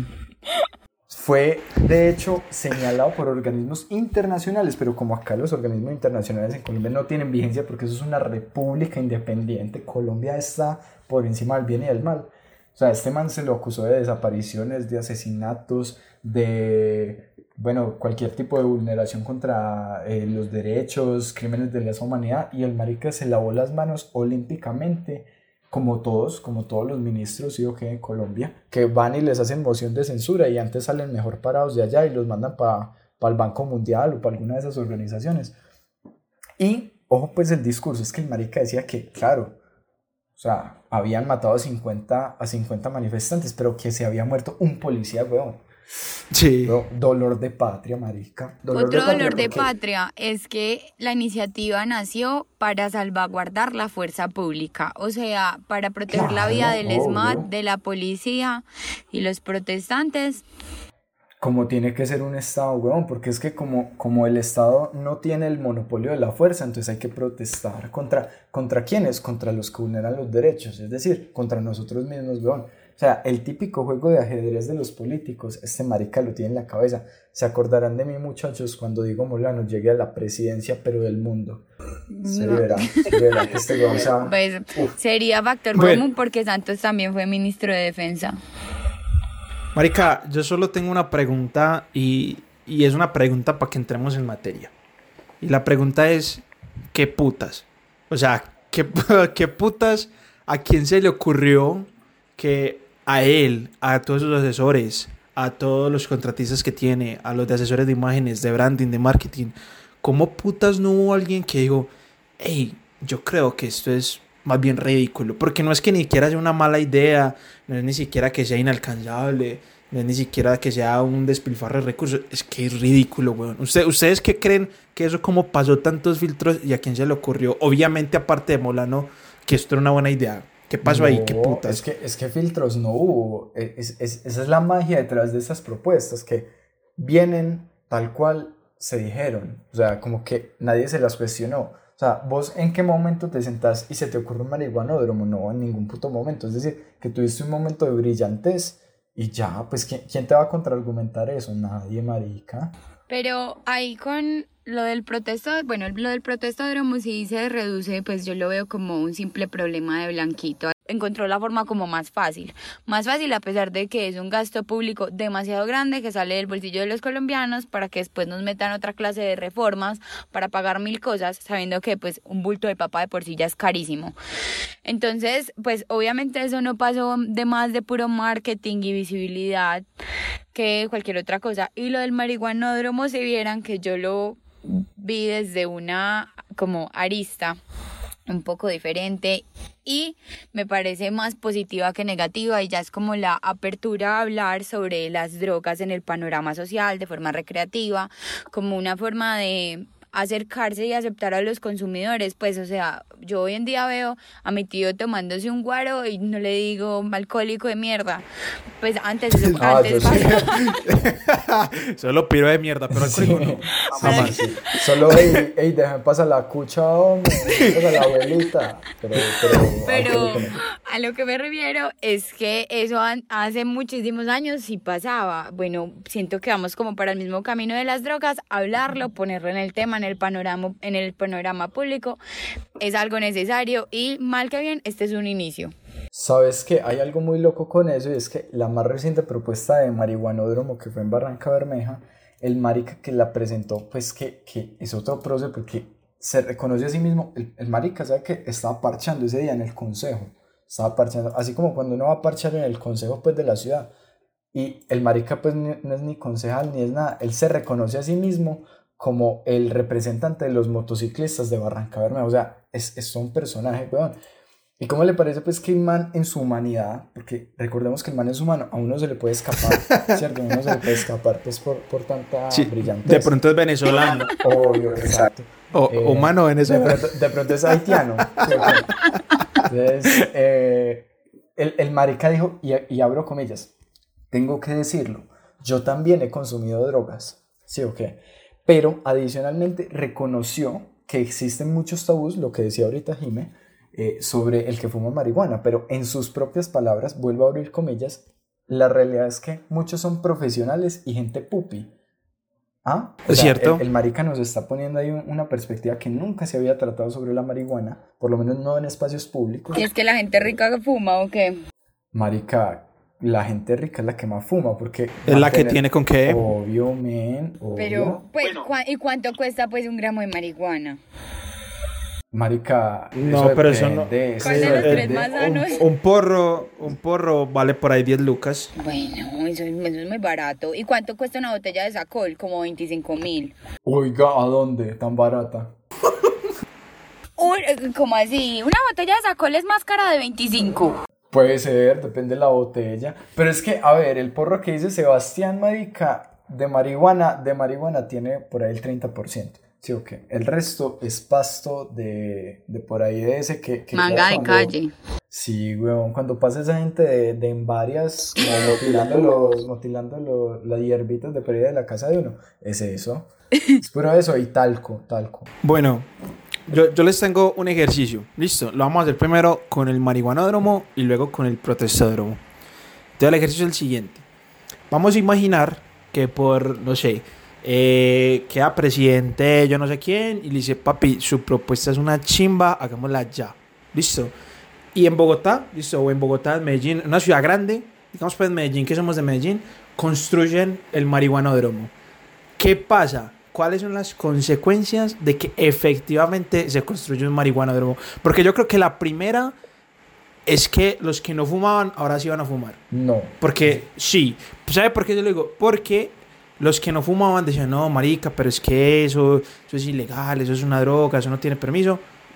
fue de hecho señalado por organismos internacionales, pero como acá los organismos internacionales en Colombia no tienen vigencia porque eso es una república independiente, Colombia está por encima del bien y del mal. O sea, este man se lo acusó de desapariciones, de asesinatos, de, bueno, cualquier tipo de vulneración contra eh, los derechos, crímenes de lesa humanidad, y el marica se lavó las manos olímpicamente, como todos, como todos los ministros, ¿sí o qué? En Colombia, que van y les hacen moción de censura y antes salen mejor parados de allá y los mandan para pa el Banco Mundial o para alguna de esas organizaciones. Y, ojo pues el discurso, es que el marica decía que, claro, o sea, habían matado a cincuenta, a cincuenta manifestantes, pero que se había muerto un policía, weón. Sí. Do- dolor de patria, marica. Dolor Otro de patria dolor de porque- patria es que la iniciativa nació para salvaguardar la fuerza pública, o sea, para proteger la vida Claro, del E S M A T, obvio. de la policía y los protestantes. Como tiene que ser un Estado, weón, porque es que como, como el Estado no tiene el monopolio de la fuerza, entonces hay que protestar. ¿Contra, contra quiénes? Contra los que vulneran los derechos, es decir, contra nosotros mismos, weón. O sea, el típico juego de ajedrez de los políticos, este marica lo tiene en la cabeza. Se acordarán de mí, muchachos, cuando Diego Molano llegue a la presidencia, pero del mundo. Se No. verá, se verá que este weón se va- Pues Uf. sería factor Bueno. común porque Santos también fue ministro de Defensa. Marica, yo solo tengo una pregunta y, y es una pregunta para que entremos en materia. Y la pregunta es, ¿qué putas? O sea, ¿qué, qué putas a quién se le ocurrió que a él, a todos sus asesores, a todos los contratistas que tiene, a los de asesores de imágenes, de branding, de marketing, cómo putas no hubo alguien que dijo, hey, yo creo que esto es más bien ridículo, porque no es que ni siquiera sea una mala idea, no es ni siquiera que sea inalcanzable, no es ni siquiera que sea un despilfarro de recursos, es que es ridículo, weón. ¿Usted, ¿Ustedes qué creen que eso como pasó tantos filtros y a quién se le ocurrió? Obviamente, aparte de Molano, que esto era una buena idea. ¿Qué pasó no, ahí? ¿Qué putas? Es que, es que filtros no hubo. Es, es, esa es la magia detrás de estas propuestas, que vienen tal cual se dijeron. O sea, como que nadie se las cuestionó. O sea, ¿vos en qué momento te sentás y se te ocurre un marihuanódromo? No, en ningún puto momento. Es decir, que tuviste un momento de brillantez y ya, pues, ¿quién, quién te va a contraargumentar eso? Nadie, marica. Pero ahí con lo del protesto, bueno, lo del protestódromo sí se reduce, pues yo lo veo como un simple problema de Blanquito. Encontró la forma como más fácil, más fácil a pesar de que es un gasto público demasiado grande que sale del bolsillo de los colombianos para que después nos metan otra clase de reformas para pagar mil cosas, sabiendo que pues un bulto de papa de por sí ya es carísimo. Entonces, pues obviamente eso no pasó de más de puro marketing y visibilidad que cualquier otra cosa. Y lo del marihuanódromo, si vieran que yo lo vi desde una como arista un poco diferente y me parece más positiva que negativa, y ya es como la apertura a hablar sobre las drogas en el panorama social de forma recreativa, como una forma de acercarse y aceptar a los consumidores. Pues, o sea, yo hoy en día veo a mi tío tomándose un guaro y no le digo alcohólico de mierda. Pues antes eso Ah, antes yo sí. Solo piro de mierda, pero alcohólico no. Jamás. Sí. Solo, ey, ey, déjame pasar la cucha, hombre, pasa la abuelita. Pero, pero, Pero alcohólico no. a lo que me refiero es que eso an- hace muchísimos años sí pasaba. Bueno, siento que vamos como para el mismo camino de las drogas, hablarlo, ponerlo en el tema, en el panorama, en el panorama público, es algo necesario y mal que bien, este es un inicio. Sabes que hay algo muy loco con eso, y es que la más reciente propuesta de marihuanódromo, que fue en Barranca Bermeja, el marica que la presentó, pues que, que es otro proceso, porque se reconoce a sí mismo. El, el marica sabe que estaba parchando ese día en el consejo, estaba parchando, así como cuando uno va a parchar en el consejo pues de la ciudad, y el marica pues no, no es ni concejal ni es nada, él se reconoce a sí mismo como el representante de los motociclistas de Barranca Bermeja. O sea, es, es un personaje, weón. ¿Y cómo le parece pues que el man en su humanidad, porque recordemos que el man es humano, a uno se le puede escapar, ¿cierto? A uno se le puede escapar pues por, por tanta Sí, brillantez. de pronto es venezolano. Obvio, exacto. O Eh, humano de venezolano. pronto, de pronto es haitiano. ¿Sí? Entonces, eh, el, el marica dijo, y, y abro comillas, tengo que decirlo, yo también he consumido drogas, ¿sí o qué? Pero adicionalmente reconoció que existen muchos tabús, lo que decía ahorita Jime, eh, sobre el que fuma marihuana, pero en sus propias palabras, vuelvo a abrir comillas, la realidad es que muchos son profesionales y gente pupi. ¿Ah? O Es sea, cierto. El, el marica nos está poniendo ahí un- una perspectiva que nunca se había tratado sobre la marihuana, por lo menos no en espacios públicos. ¿Y es que la gente rica que fuma o qué? Marica, la gente rica es la que más fuma, porque... Es la que mantener- tiene con qué. Obvio, men, obvio. Pero, pues, ¿cuá- ¿y cuánto cuesta pues un gramo de marihuana? Marica, No, pero eso no- depende, ¿Cuál de eso los tres depende. más sanos? Un, un porro, un porro vale por ahí diez lucas. Bueno, eso, es- eso es muy barato. ¿Y cuánto cuesta una botella de Sacol? Como veinticinco mil. Oiga, ¿a dónde? Tan barata. ¿Cómo así? Una botella de Sacol es más cara de veinticinco. Puede ser, depende de la botella. Pero es que, a ver, el porro que dice Sebastián, marica, de marihuana, de marihuana tiene por ahí el treinta por ciento. Sí, ok. El resto es pasto de, de por ahí de ese que... que Manga ya de cuando- calle. Sí, weón, cuando pasa esa gente de, de en varias, como motilando, los, motilando los, las hierbitas de por ahí de la casa de uno, es eso. Es puro eso y talco, talco. Bueno, yo, yo les tengo un ejercicio. Listo, lo vamos a hacer primero con el marihuanódromo y luego con el protestódromo. Entonces el ejercicio es el siguiente. Vamos a imaginar que por, no sé, eh, queda presidente yo no sé quién y le dice, papi, su propuesta es una chimba, hagámosla ya. Listo. Y en Bogotá, listo, o en Bogotá, en Medellín, una ciudad grande, digamos pues en Medellín, que somos de Medellín, construyen el marihuanódromo. ¿Qué pasa? ¿Cuáles son las consecuencias de que efectivamente se construye un marihuanódromo? Porque yo creo que la primera es que los que no fumaban ahora sí van a fumar. No. Porque sí. ¿Sabe por qué yo lo digo? Porque los que no fumaban decían, no, marica, pero es que eso, eso es ilegal, eso es una droga, eso no tiene permiso.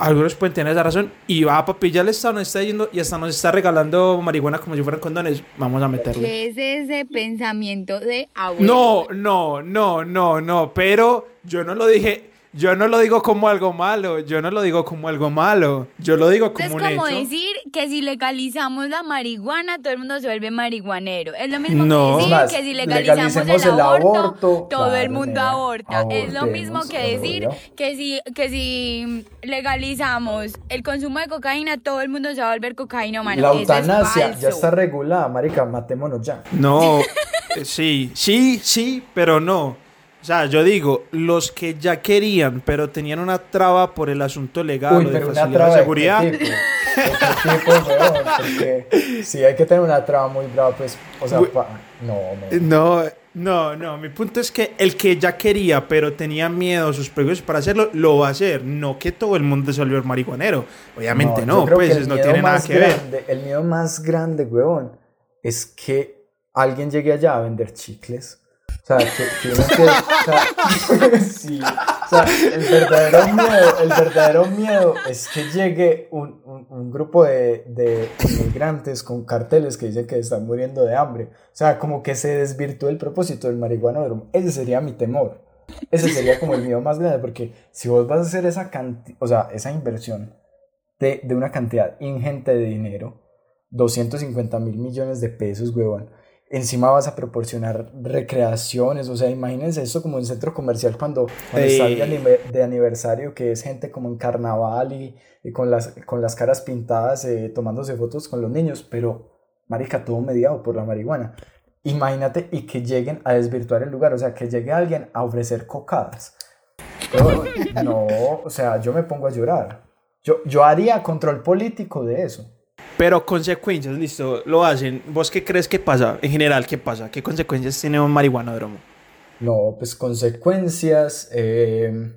algunos pueden tener esa razón. Y va, papi, ya el Estado nos está yendo y hasta nos está regalando marihuana como si fueran condones. Vamos a meterle. ¿Qué es ese pensamiento de abuelo? No, no, no, no, no. Pero yo no lo dije. Yo no lo digo como algo malo, yo no lo digo como algo malo, yo lo digo como Es un como hecho. decir que si legalizamos la marihuana, todo el mundo se vuelve marihuanero. Es lo mismo No. que decir Más, que si legalizamos el legalicemos el aborto, aborto, todo el claro, mundo nena, aborta. Es lo mismo abortemos, que decir obvio. que si, que si legalizamos el consumo de cocaína, todo el mundo se va a volver cocainómano. La Eso es eutanasia falso. ya está regulada, marica, matémonos ya. No, eh, sí, sí, sí, pero no. O sea, yo digo, los que ya querían, pero tenían una traba por el asunto legal Uy, o de pero una facilidad traba de de seguridad. qué tipo, ¿de qué tipo, weón? Porque si hay que tener una traba muy brava, pues, o sea, Uy. pa- no, Eh, no. No, no, no. Mi punto es que el que ya quería, pero tenía miedo, sus prejuicios para hacerlo, lo va a hacer. No que todo el mundo se volvió marihuanero. Obviamente yo no, creo que pues el no miedo tiene nada más que ver. grande- El miedo más grande, weón, es que alguien llegue allá a vender chicles. O sea, que, que uno que, o sea, sí, o sea, el verdadero miedo, el verdadero miedo es que llegue un, un, un grupo de, de inmigrantes con carteles que dicen que están muriendo de hambre. O sea, como que se desvirtúe el propósito del marihuanódromo. Ese sería mi temor. Ese sería como el miedo más grande, porque si vos vas a hacer esa cantidad, o sea, esa inversión de, de una cantidad ingente de dinero, doscientos cincuenta mil millones de pesos, huevón. Encima vas a proporcionar recreaciones, o sea, imagínense esto como un centro comercial cuando, cuando Ey. está el de, de aniversario, que es gente como en carnaval y, y con, las, con las caras pintadas, eh, tomándose fotos con los niños, pero, marica, todo mediado por la marihuana. Imagínate y que lleguen a desvirtuar el lugar, o sea, que llegue alguien a ofrecer cocadas. Pero, no, o sea, yo me pongo a llorar. Yo, yo haría control político de eso. Pero consecuencias, listo, lo hacen. ¿Vos qué crees que pasa? En general, ¿qué pasa? ¿Qué consecuencias tiene un marihuanódromo? No, pues consecuencias, eh,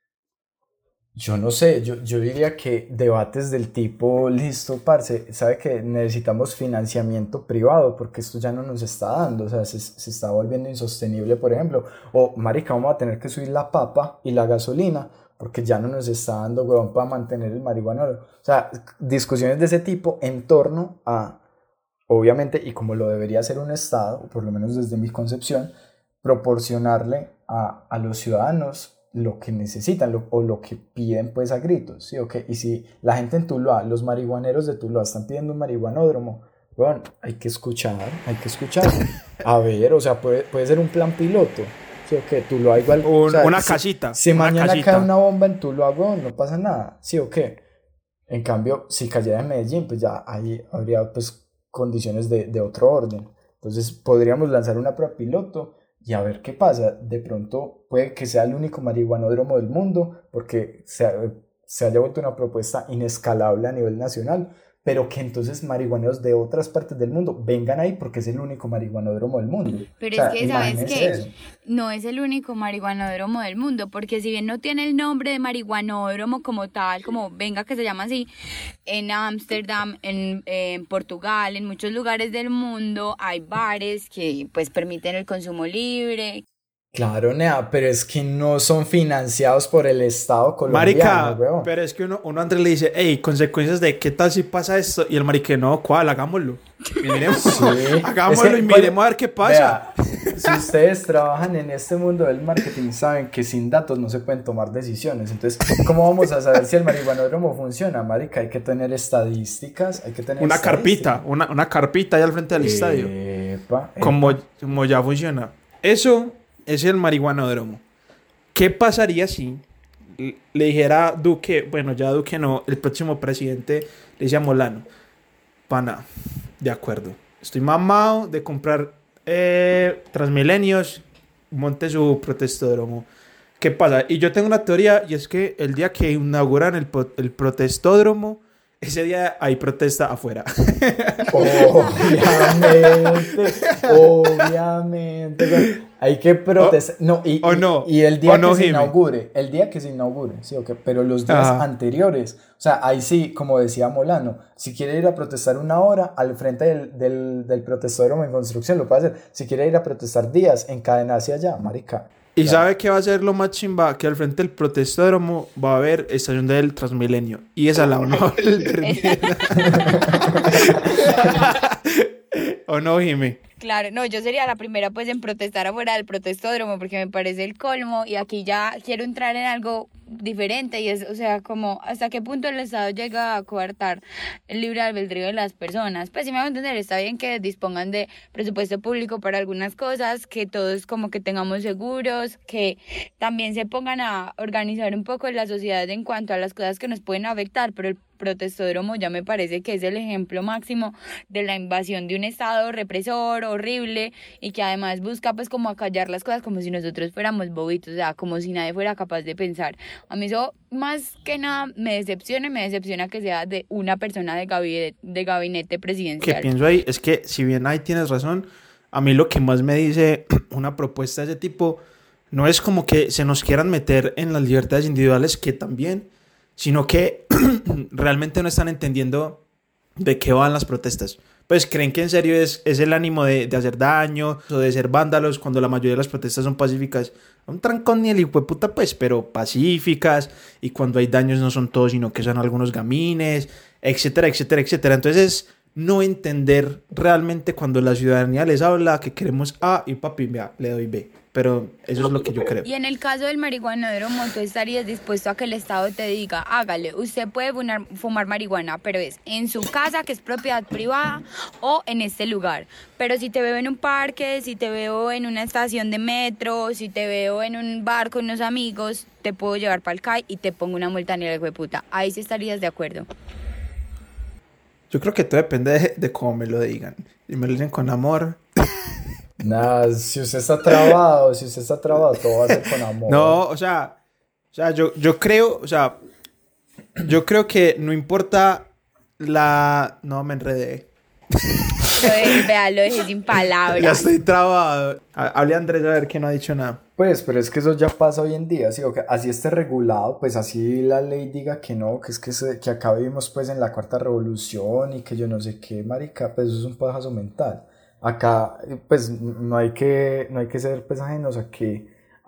yo no sé, yo, yo diría que debates del tipo, listo, parce, sabe que necesitamos financiamiento privado porque esto ya no nos está dando, o sea, se, se está volviendo insostenible, por ejemplo, o marica, vamos a tener que subir la papa y la gasolina porque ya no nos está dando, huevón, para mantener el marihuanero. O sea, discusiones de ese tipo en torno a, obviamente, y como lo debería hacer un Estado, o por lo menos desde mi concepción, proporcionarle a, a los ciudadanos lo que necesitan lo, o lo que piden pues a gritos, ¿sí? Okay. Y si la gente en Tuluá, los marihuaneros de Tuluá están pidiendo un marihuanódromo, bueno, hay que escuchar, hay que escuchar. A ver, o sea, puede, puede ser un plan piloto. Sí, o qué, Tuluá igual. Un, o sea, una si, casita. Si una mañana casita. cae una bomba en Tuluá, weón, no pasa nada. Sí, o qué. En cambio, si cayera en Medellín, pues ya ahí habría pues condiciones de, de otro orden. Entonces podríamos lanzar una prueba piloto y a ver qué pasa. De pronto puede que sea el único marihuanódromo del mundo porque se, se haya vuelto una propuesta inescalable a nivel nacional, pero que entonces marihuaneros de otras partes del mundo vengan ahí porque es el único marihuanódromo del mundo. Pero O sea, es que, ¿sabes imagínense qué? eso. No es el único marihuanódromo del mundo, porque si bien no tiene el nombre de marihuanódromo como tal, como venga que se llama así, en Ámsterdam, en, en Portugal, en muchos lugares del mundo hay bares que pues permiten el consumo libre. Claro, nea, pero es que no son financiados por el Estado colombiano, Marica, weón. pero es que uno, uno a Andrés le dice, hey, consecuencias de qué tal si pasa esto. Y el marica, no, ¿cuál? Hagámoslo. Y miremos, Sí. hagámoslo Es que, y miremos a ver qué pasa. Vea, si ustedes trabajan en este mundo del marketing, saben que sin datos no se pueden tomar decisiones. Entonces, ¿cómo vamos a saber si el marihuanódromo funciona, marica? Hay que tener estadísticas, hay que tener Una estadísticas. carpita, una, una carpita ahí al frente del estadio. Epa, epa. Como, como ya funciona. Eso es el marihuanódromo. ¿Qué pasaría si le dijera a Duque, bueno, ya Duque no, el próximo presidente le dice a Molano, pana, de acuerdo, estoy mamado de comprar eh, Transmilenios, monte su protestódromo. ¿Qué pasa? Y yo tengo una teoría y es que el día que inauguran el, el protestódromo, ese día hay protesta afuera. Obviamente, obviamente. Hay que protestar. No, y, o no, y, y el día o que no, se Jimmy. inaugure, el día que se inaugure, sí, ok, pero los días Ajá. anteriores, o sea, ahí sí, como decía Molano, si quiere ir a protestar una hora al frente del, del, del protestódromo en construcción, lo puede hacer. Si quiere ir a protestar días, encadenarse allá, marica. Y Claro. sabe que va a ser lo más chimba, que al frente del protestódromo va a haber estación del Transmilenio. Y esa la van a volver mierda. ¿O no, Jimmy? Claro, no, yo sería la primera pues en protestar afuera del protestódromo porque me parece el colmo y aquí ya quiero entrar en algo diferente y es, o sea, como hasta qué punto el Estado llega a coartar el libre albedrío de las personas. Pues si me voy a entender, está bien que dispongan de presupuesto público para algunas cosas, que todos como que tengamos seguros, que también se pongan a organizar un poco la sociedad en cuanto a las cosas que nos pueden afectar, pero el protestódromo ya me parece que es el ejemplo máximo de la invasión de un Estado represor, horrible, y que además busca pues como acallar las cosas como si nosotros fuéramos bobitos, o sea, como si nadie fuera capaz de pensar. A mí eso más que nada me decepciona y me decepciona que sea de una persona de gabinete, de gabinete Que presidencial. pienso ahí es que, si bien ahí tienes razón, a mí lo que más me dice una propuesta de ese tipo no es como que se nos quieran meter en las libertades individuales, que también, sino que realmente no están entendiendo de qué van las protestas. Pues creen que en serio es, es el ánimo de, de hacer daño o de ser vándalos cuando la mayoría de las protestas son pacíficas. Un trancón ni el hijo de puta, pues, pero pacíficas, y cuando hay daños no son todos, sino que son algunos gamines, etcétera, etcétera, etcétera. Entonces, no entender realmente cuando la ciudadanía les habla que queremos A y papi, vea, le doy B. Pero eso es lo que yo creo. Y en el caso del marihuanódromo, ¿tú estarías dispuesto a que el Estado te diga, hágale, usted puede fumar, fumar marihuana, pero es en su casa, que es propiedad privada, o en este lugar? Pero si te veo en un parque, si te veo en una estación de metro, si te veo en un bar con unos amigos, te puedo llevar para el C A I y te pongo una multa ni el hijo de puta. Ahí sí estarías de acuerdo. Yo creo que todo depende de, de cómo me lo digan. Si me lo dicen con amor. Nada, si usted está trabado, si usted está trabado, todo va a ser con amor. No, o sea, o sea, yo, yo creo, o sea, yo creo que no importa la... No, me enredé. Lo dejé, vea, lo dejé sin palabras. Ya estoy trabado. Ha- Hable Andrés a ver que no ha dicho nada. Pues, pero es que eso ya pasa hoy en día, ¿sí? O que así esté regulado, pues así la ley diga que no, que es que, se, que acá vivimos pues en la cuarta revolución y que yo no sé qué, marica, pues eso es un pajazo mental. Acá, pues no hay que, no hay que ser pues ajenos a que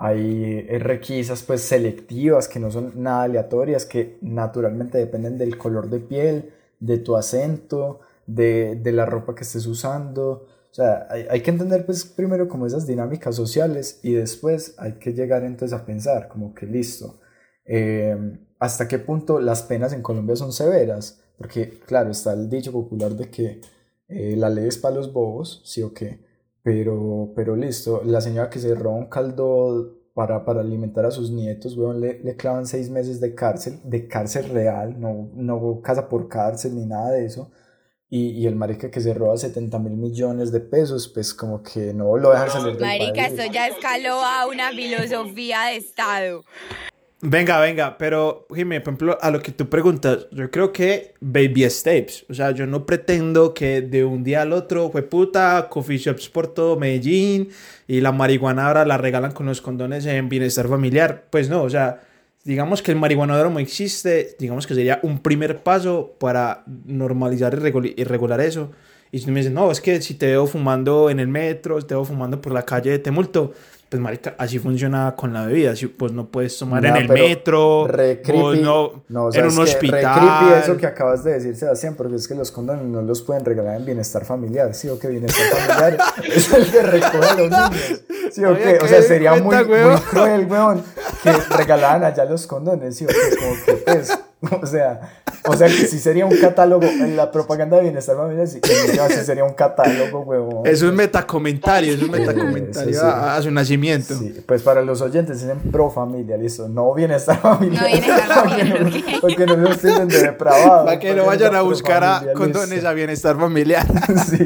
hay eh, requisas pues selectivas que no son nada aleatorias, que naturalmente dependen del color de piel, de tu acento, de, de la ropa que estés usando. O sea, hay, hay que entender pues primero como esas dinámicas sociales y después hay que llegar entonces a pensar como que listo, eh, hasta qué punto las penas en Colombia son severas, porque claro, está el dicho popular de que eh, la ley es para los bobos, sí o qué, pero, pero listo, la señora que se roba un caldo para, para alimentar a sus nietos, weón, le, le clavan seis meses de cárcel, de cárcel real, no, no casa por cárcel ni nada de eso. Y, y el marica que se roba setenta mil millones de pesos, pues como que no lo dejan salir del Marica, país. esto ya escaló a una filosofía de Estado. Venga, venga, pero Jimmy, por ejemplo, a lo que tú preguntas, yo creo que baby steps. O sea, yo no pretendo que de un día al otro, fue puta, coffee shops por todo Medellín y la marihuana ahora la regalan con los condones en bienestar familiar. Pues no, o sea, digamos que el marihuanódromo existe, digamos que sería un primer paso para normalizar y regul- y regular eso. Y si tú me dices, no, es que si te veo fumando en el metro, te veo fumando por la calle, te multo. Pues marica, así funciona con la bebida. Si, pues no puedes tomar Nah, en el pero metro, re pues creepy. no, No, o en sea, un es que hospital. re creepy eso que acabas de decir, Sebastián, porque es que los condones no los pueden regalar en bienestar familiar, ¿sí o qué? Bienestar familiar es el que recoge a los niños, ¿sí o Oye, qué? O ¿qué sea, de sería cuenta, muy, weón? muy cruel, weón, que regalaran allá los condones, ¿sí o qué? Como que, pues, o sea, o sea, que sí sería un catálogo, en la propaganda de bienestar familiar, sí, que sí sería un catálogo, weón. Es un metacomentario, es un metacomentario Sí, sí. a, a su nacimiento. Sí, pues para los oyentes dicen pro familia, listo, no bienestar familiar. No bienestar familiar, Porque ok. no- Porque no los tienen de depravado. Para que no Porque vayan es a pro buscar a familia, condones listo. a bienestar familiar. Sí.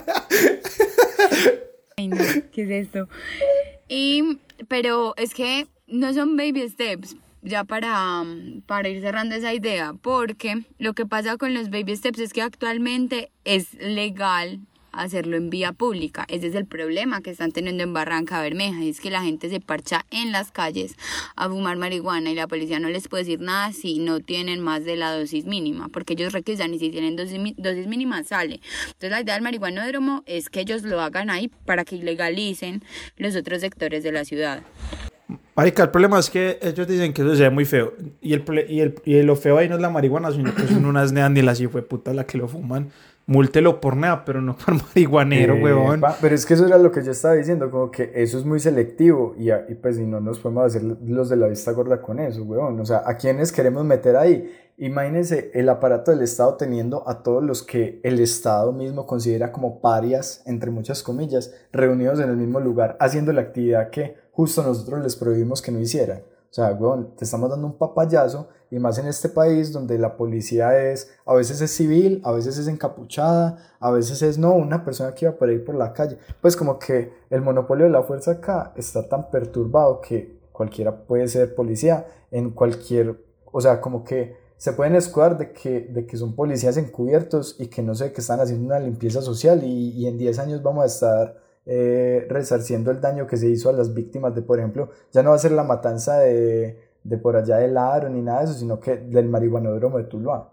Ay, no, ¿qué es esto? Y, pero es que no son baby steps, ya para, para ir cerrando esa idea, porque lo que pasa con los baby steps es que actualmente es legal hacerlo en vía pública. Ese es el problema que están teniendo en Barranca Bermeja, y es que la gente se parcha en las calles a fumar marihuana y la policía no les puede decir nada si no tienen más de la dosis mínima, porque ellos requisan y si tienen dosis, dosis mínima sale. Entonces la idea del marihuanódromo es que ellos lo hagan ahí para que ilegalicen los otros sectores de la ciudad. Marica, el problema es que ellos dicen que eso se ve muy feo. Y, el, y, el, y lo feo ahí no es la marihuana, sino que son unas neandilas y fue puta la que lo fuman. Múltelo por nada, pero no por marihuanero, eh, huevón. Pa, pero es que eso era lo que yo estaba diciendo, como que eso es muy selectivo y, y pues si no nos podemos hacer los de la vista gorda con eso, huevón. O sea, ¿a quiénes queremos meter ahí? Imagínense el aparato del Estado teniendo a todos los que el Estado mismo considera como parias, entre muchas comillas, reunidos en el mismo lugar, haciendo la actividad que justo nosotros les prohibimos que no hicieran. O sea, weón, te estamos dando un papayazo, y más en este país donde la policía es, a veces es civil, a veces es encapuchada, a veces es no, una persona que iba por ahí por la calle. Pues como que el monopolio de la fuerza acá está tan perturbado que cualquiera puede ser policía en cualquier, o sea, como que se pueden escudar de que, de que son policías encubiertos y que no sé, que están haciendo una limpieza social y, y en diez años vamos a estar eh, resarciendo el daño que se hizo a las víctimas de, por ejemplo, ya no va a ser la matanza de, de por allá del Aro ni nada de eso, sino que del marihuanódromo de Tuluá.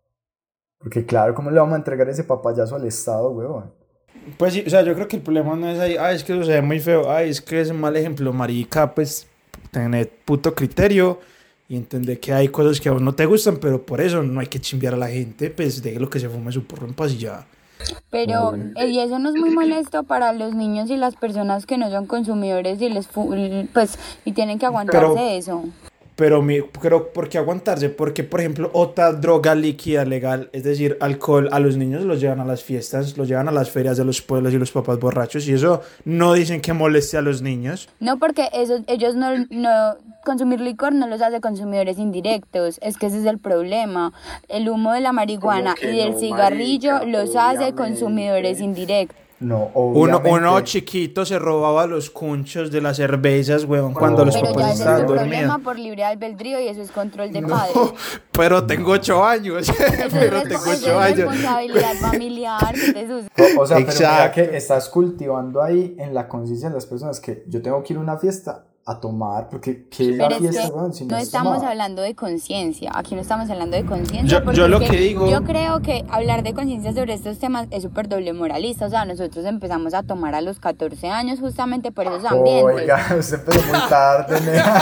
Porque claro, ¿cómo le vamos a entregar ese papayazo al Estado, huevón? Pues sí, o sea, yo creo que el problema no es ahí, ah, es que eso se ve muy feo, ah, es que es un mal ejemplo, marica, pues tener puto criterio y entender que hay cosas que a vos no te gustan, pero por eso no hay que chimbear a la gente, pues deje lo que se fume su porro en paz y ya. Pero eh, y eso no es muy molesto para los niños y las personas que no son consumidores y les fu- pues y tienen que aguantarse pero, eso. Pero, mi, pero ¿por qué aguantarse? Porque, por ejemplo, otra droga líquida legal, es decir, alcohol, a los niños los llevan a las fiestas, los llevan a las ferias de los pueblos y los papás borrachos, y eso no dicen que moleste a los niños. No, porque eso, ellos no, no, consumir licor no los hace consumidores indirectos, es que ese es el problema. El humo de la marihuana y del no, cigarrillo marica, los hace consumidores indirectos. No, uno, uno chiquito se robaba los cunchos de las cervezas, weón, cuando no, los papás estaban dormidos. Pero ya ese es el problema por libre albedrío y eso es control de no, padres. Pero tengo ocho años. pero es, tengo ocho eso años. Es responsabilidad familiar. o, o sea, pero mira que estás cultivando ahí en la conciencia de las personas que yo tengo que ir a una fiesta a tomar, porque ¿qué es la fiesta, es que weón? Si no, no estamos tomado. hablando de conciencia, aquí no estamos hablando de conciencia. Yo, yo lo que, que digo... Yo creo que hablar de conciencia sobre estos temas es súper doble moralista, o sea, nosotros empezamos a tomar a los catorce años justamente por esos ambientes. Oiga, usted empezó muy tarde,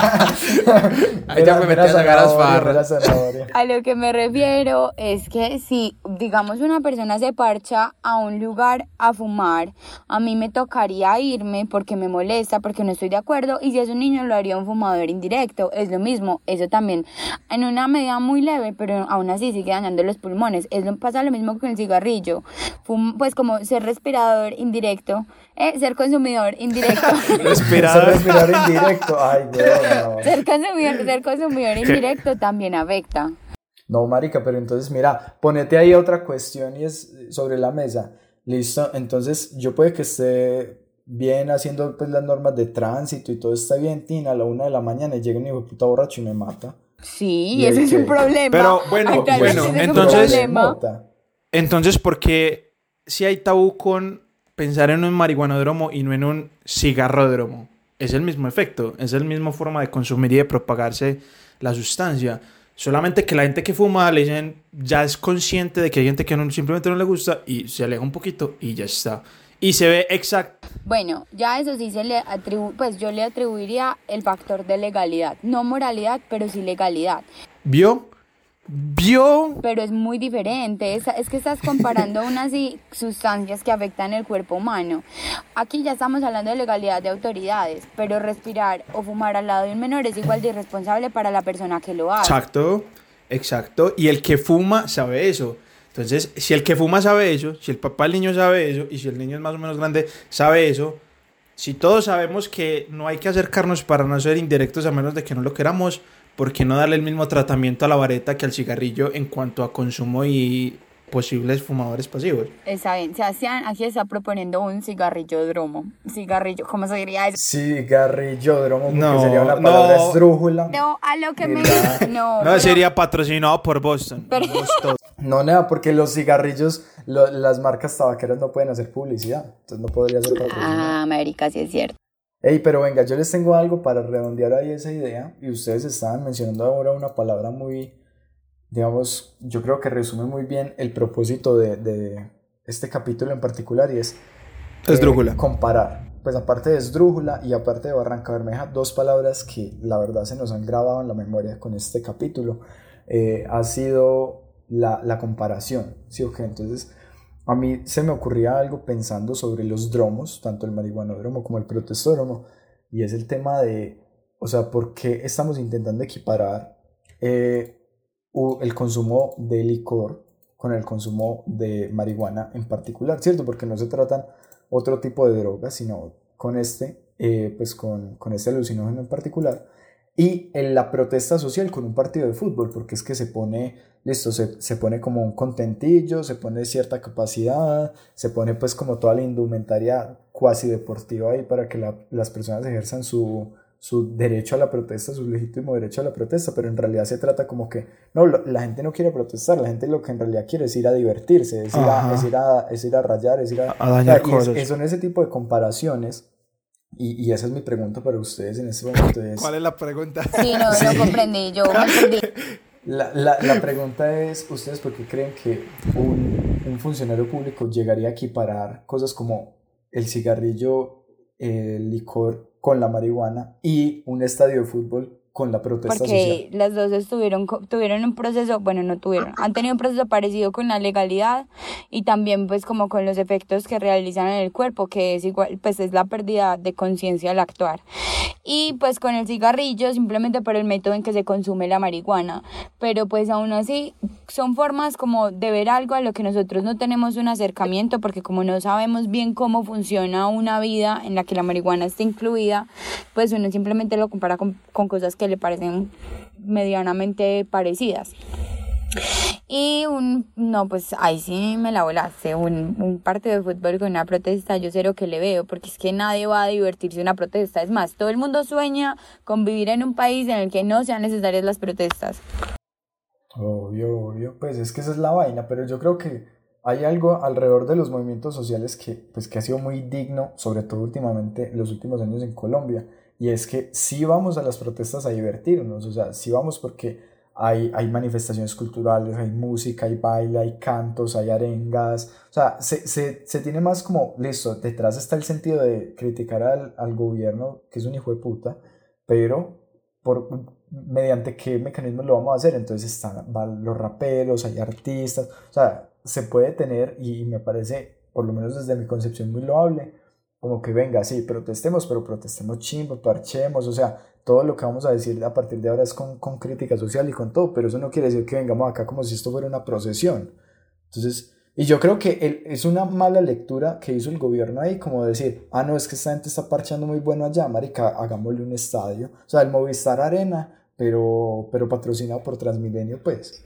ahí ya me metí a sacar las barras. A lo que me refiero es que si, digamos, una persona se parcha a un lugar a fumar, a mí me tocaría irme porque me molesta, porque no estoy de acuerdo, y si es un niño lo haría un fumador indirecto, es lo mismo, eso también en una medida muy leve, pero aún así sigue dañando los pulmones, es lo, pasa lo mismo con el cigarrillo, Fum, pues como ser respirador indirecto, eh, ser consumidor indirecto. Respirador. Ser respirador indirecto, ay, no, no. Ser consumidor, ser consumidor indirecto también afecta. No, marica, pero entonces mira, ponete ahí otra cuestión y es sobre la mesa, listo, entonces yo puede que esté bien haciendo pues las normas de tránsito y todo está bien, Tina, a la una de la mañana y llega un hijo de puta borracho y me mata. Sí, y ese es un problema. Pero bueno, bueno, entonces, entonces, ¿por qué si hay tabú con pensar en un marihuanódromo y no en un cigarródromo? Es el mismo efecto, es la misma forma de consumir y de propagarse la sustancia. Solamente que la gente que fuma le dicen, ya es consciente de que hay gente que no, simplemente no le gusta y se aleja un poquito y ya está. Y se ve exacto. Bueno, ya eso sí se le atribu- pues yo le atribuiría el factor de legalidad. No moralidad, pero sí legalidad. ¿Vio? ¿Vio? Pero es muy diferente. Es, es que estás comparando unas sustancias que afectan el cuerpo humano. Aquí ya estamos hablando de legalidad de autoridades, pero respirar o fumar al lado de un menor es igual de irresponsable para la persona que lo hace. Exacto, exacto. Y el que fuma sabe eso. Entonces, si el que fuma sabe eso, si el papá del niño sabe eso, y si el niño es más o menos grande, sabe eso, si todos sabemos que no hay que acercarnos para no ser indirectos a menos de que no lo queramos, ¿por qué no darle el mismo tratamiento a la vareta que al cigarrillo en cuanto a consumo y posibles fumadores pasivos. Está bien, Sebastián, aquí está proponiendo un cigarrillódromo. Cigarrillo, ¿cómo se diría eso? Cigarrillódromo, porque No, sería una palabra no. esdrújula. No, a lo que me... ¿Verdad? No, No, pero- sería patrocinado por Boston. Pero- Boston. No, nada, porque los cigarrillos, lo- las marcas tabacaleras no pueden hacer publicidad, entonces no podría ser patrocinado. Ah, América, sí es cierto. Ey, pero venga, yo les tengo algo para redondear ahí esa idea, y ustedes estaban mencionando ahora una palabra muy, digamos, yo creo que resume muy bien el propósito de, de este capítulo en particular, y es eh, Esdrújula. comparar. Pues aparte de esdrújula y aparte de Barranca Bermeja, dos palabras que la verdad se nos han grabado en la memoria con este capítulo, eh, ha sido la, la comparación, ¿sí o qué? Entonces, a mí se me ocurría algo pensando sobre los dromos, tanto el marihuanódromo como el protestódromo, y es el tema de, o sea, ¿por qué estamos intentando equiparar eh, u- el consumo de licor con el consumo de marihuana en particular, ¿cierto? Porque no se tratan otro tipo de drogas, sino con este, eh, pues con, con este alucinógeno en particular, y en la protesta social con un partido de fútbol, porque es que se pone, listo, se, se pone como un contentillo, se pone cierta capacidad, se pone pues como toda la indumentaria cuasi deportiva ahí para que la, las personas ejerzan su, su derecho a la protesta, su legítimo derecho a la protesta, pero en realidad se trata como que, no, lo- la gente no quiere protestar, la gente lo que en realidad quiere es ir a divertirse, es ir a, Ajá. es ir a, es ir a rayar, es ir a... A dañar o sea, y es- cosas. es- son ese tipo de comparaciones, y, y esa es mi pregunta para ustedes en este momento, es... ¿Cuál es la pregunta? Sí, no, no comprendí, yo me perdí. La, la, la pregunta es, ¿ustedes por qué creen que un, un funcionario público llegaría a equiparar cosas como el cigarrillo, el licor con la marihuana y un estadio de fútbol con la protesta Porque social? las dos estuvieron, co- tuvieron un proceso, bueno, no tuvieron, han tenido un proceso parecido con la legalidad y también pues como con los efectos que realizan en el cuerpo, que es igual, pues es la pérdida de conciencia al actuar. Y pues con el cigarrillo simplemente por el método en que se consume la marihuana, pero pues aún así son formas como de ver algo a lo que nosotros no tenemos un acercamiento, porque como no sabemos bien cómo funciona una vida en la que la marihuana está incluida, pues uno simplemente lo compara con, con cosas que le parecen medianamente parecidas. Y un, no, pues ahí sí me la volaste, un, un partido de fútbol con una protesta, yo cero que le veo, porque es que nadie va a divertirse en una protesta. Es más, todo el mundo sueña con vivir en un país en el que no sean necesarias las protestas. Obvio, obvio, pues es que esa es la vaina, pero yo creo que hay algo alrededor de los movimientos sociales que, pues, que ha sido muy digno, sobre todo últimamente, en los últimos años en Colombia, y es que sí vamos a las protestas a divertirnos, o sea, sí vamos porque hay, hay manifestaciones culturales, hay música, hay baile, hay cantos, hay arengas, o sea, se, se, se tiene más como, listo, detrás está el sentido de criticar al, al gobierno, que es un hijo de puta, pero por, mediante qué mecanismos lo vamos a hacer. Entonces están van los raperos, hay artistas, o sea, se puede tener, y, y me parece, por lo menos desde mi concepción, muy loable, como que venga, sí, protestemos, pero protestemos chimbo, parchemos, o sea, todo lo que vamos a decir a partir de ahora es con, con crítica social y con todo, pero eso no quiere decir que vengamos acá como si esto fuera una procesión. Entonces, y yo creo que el, es una mala lectura que hizo el gobierno ahí, como decir, ah, no, es que esta gente está parchando muy bueno allá, marica, hagámosle un estadio, o sea, el Movistar Arena, pero, pero patrocinado por Transmilenio, pues.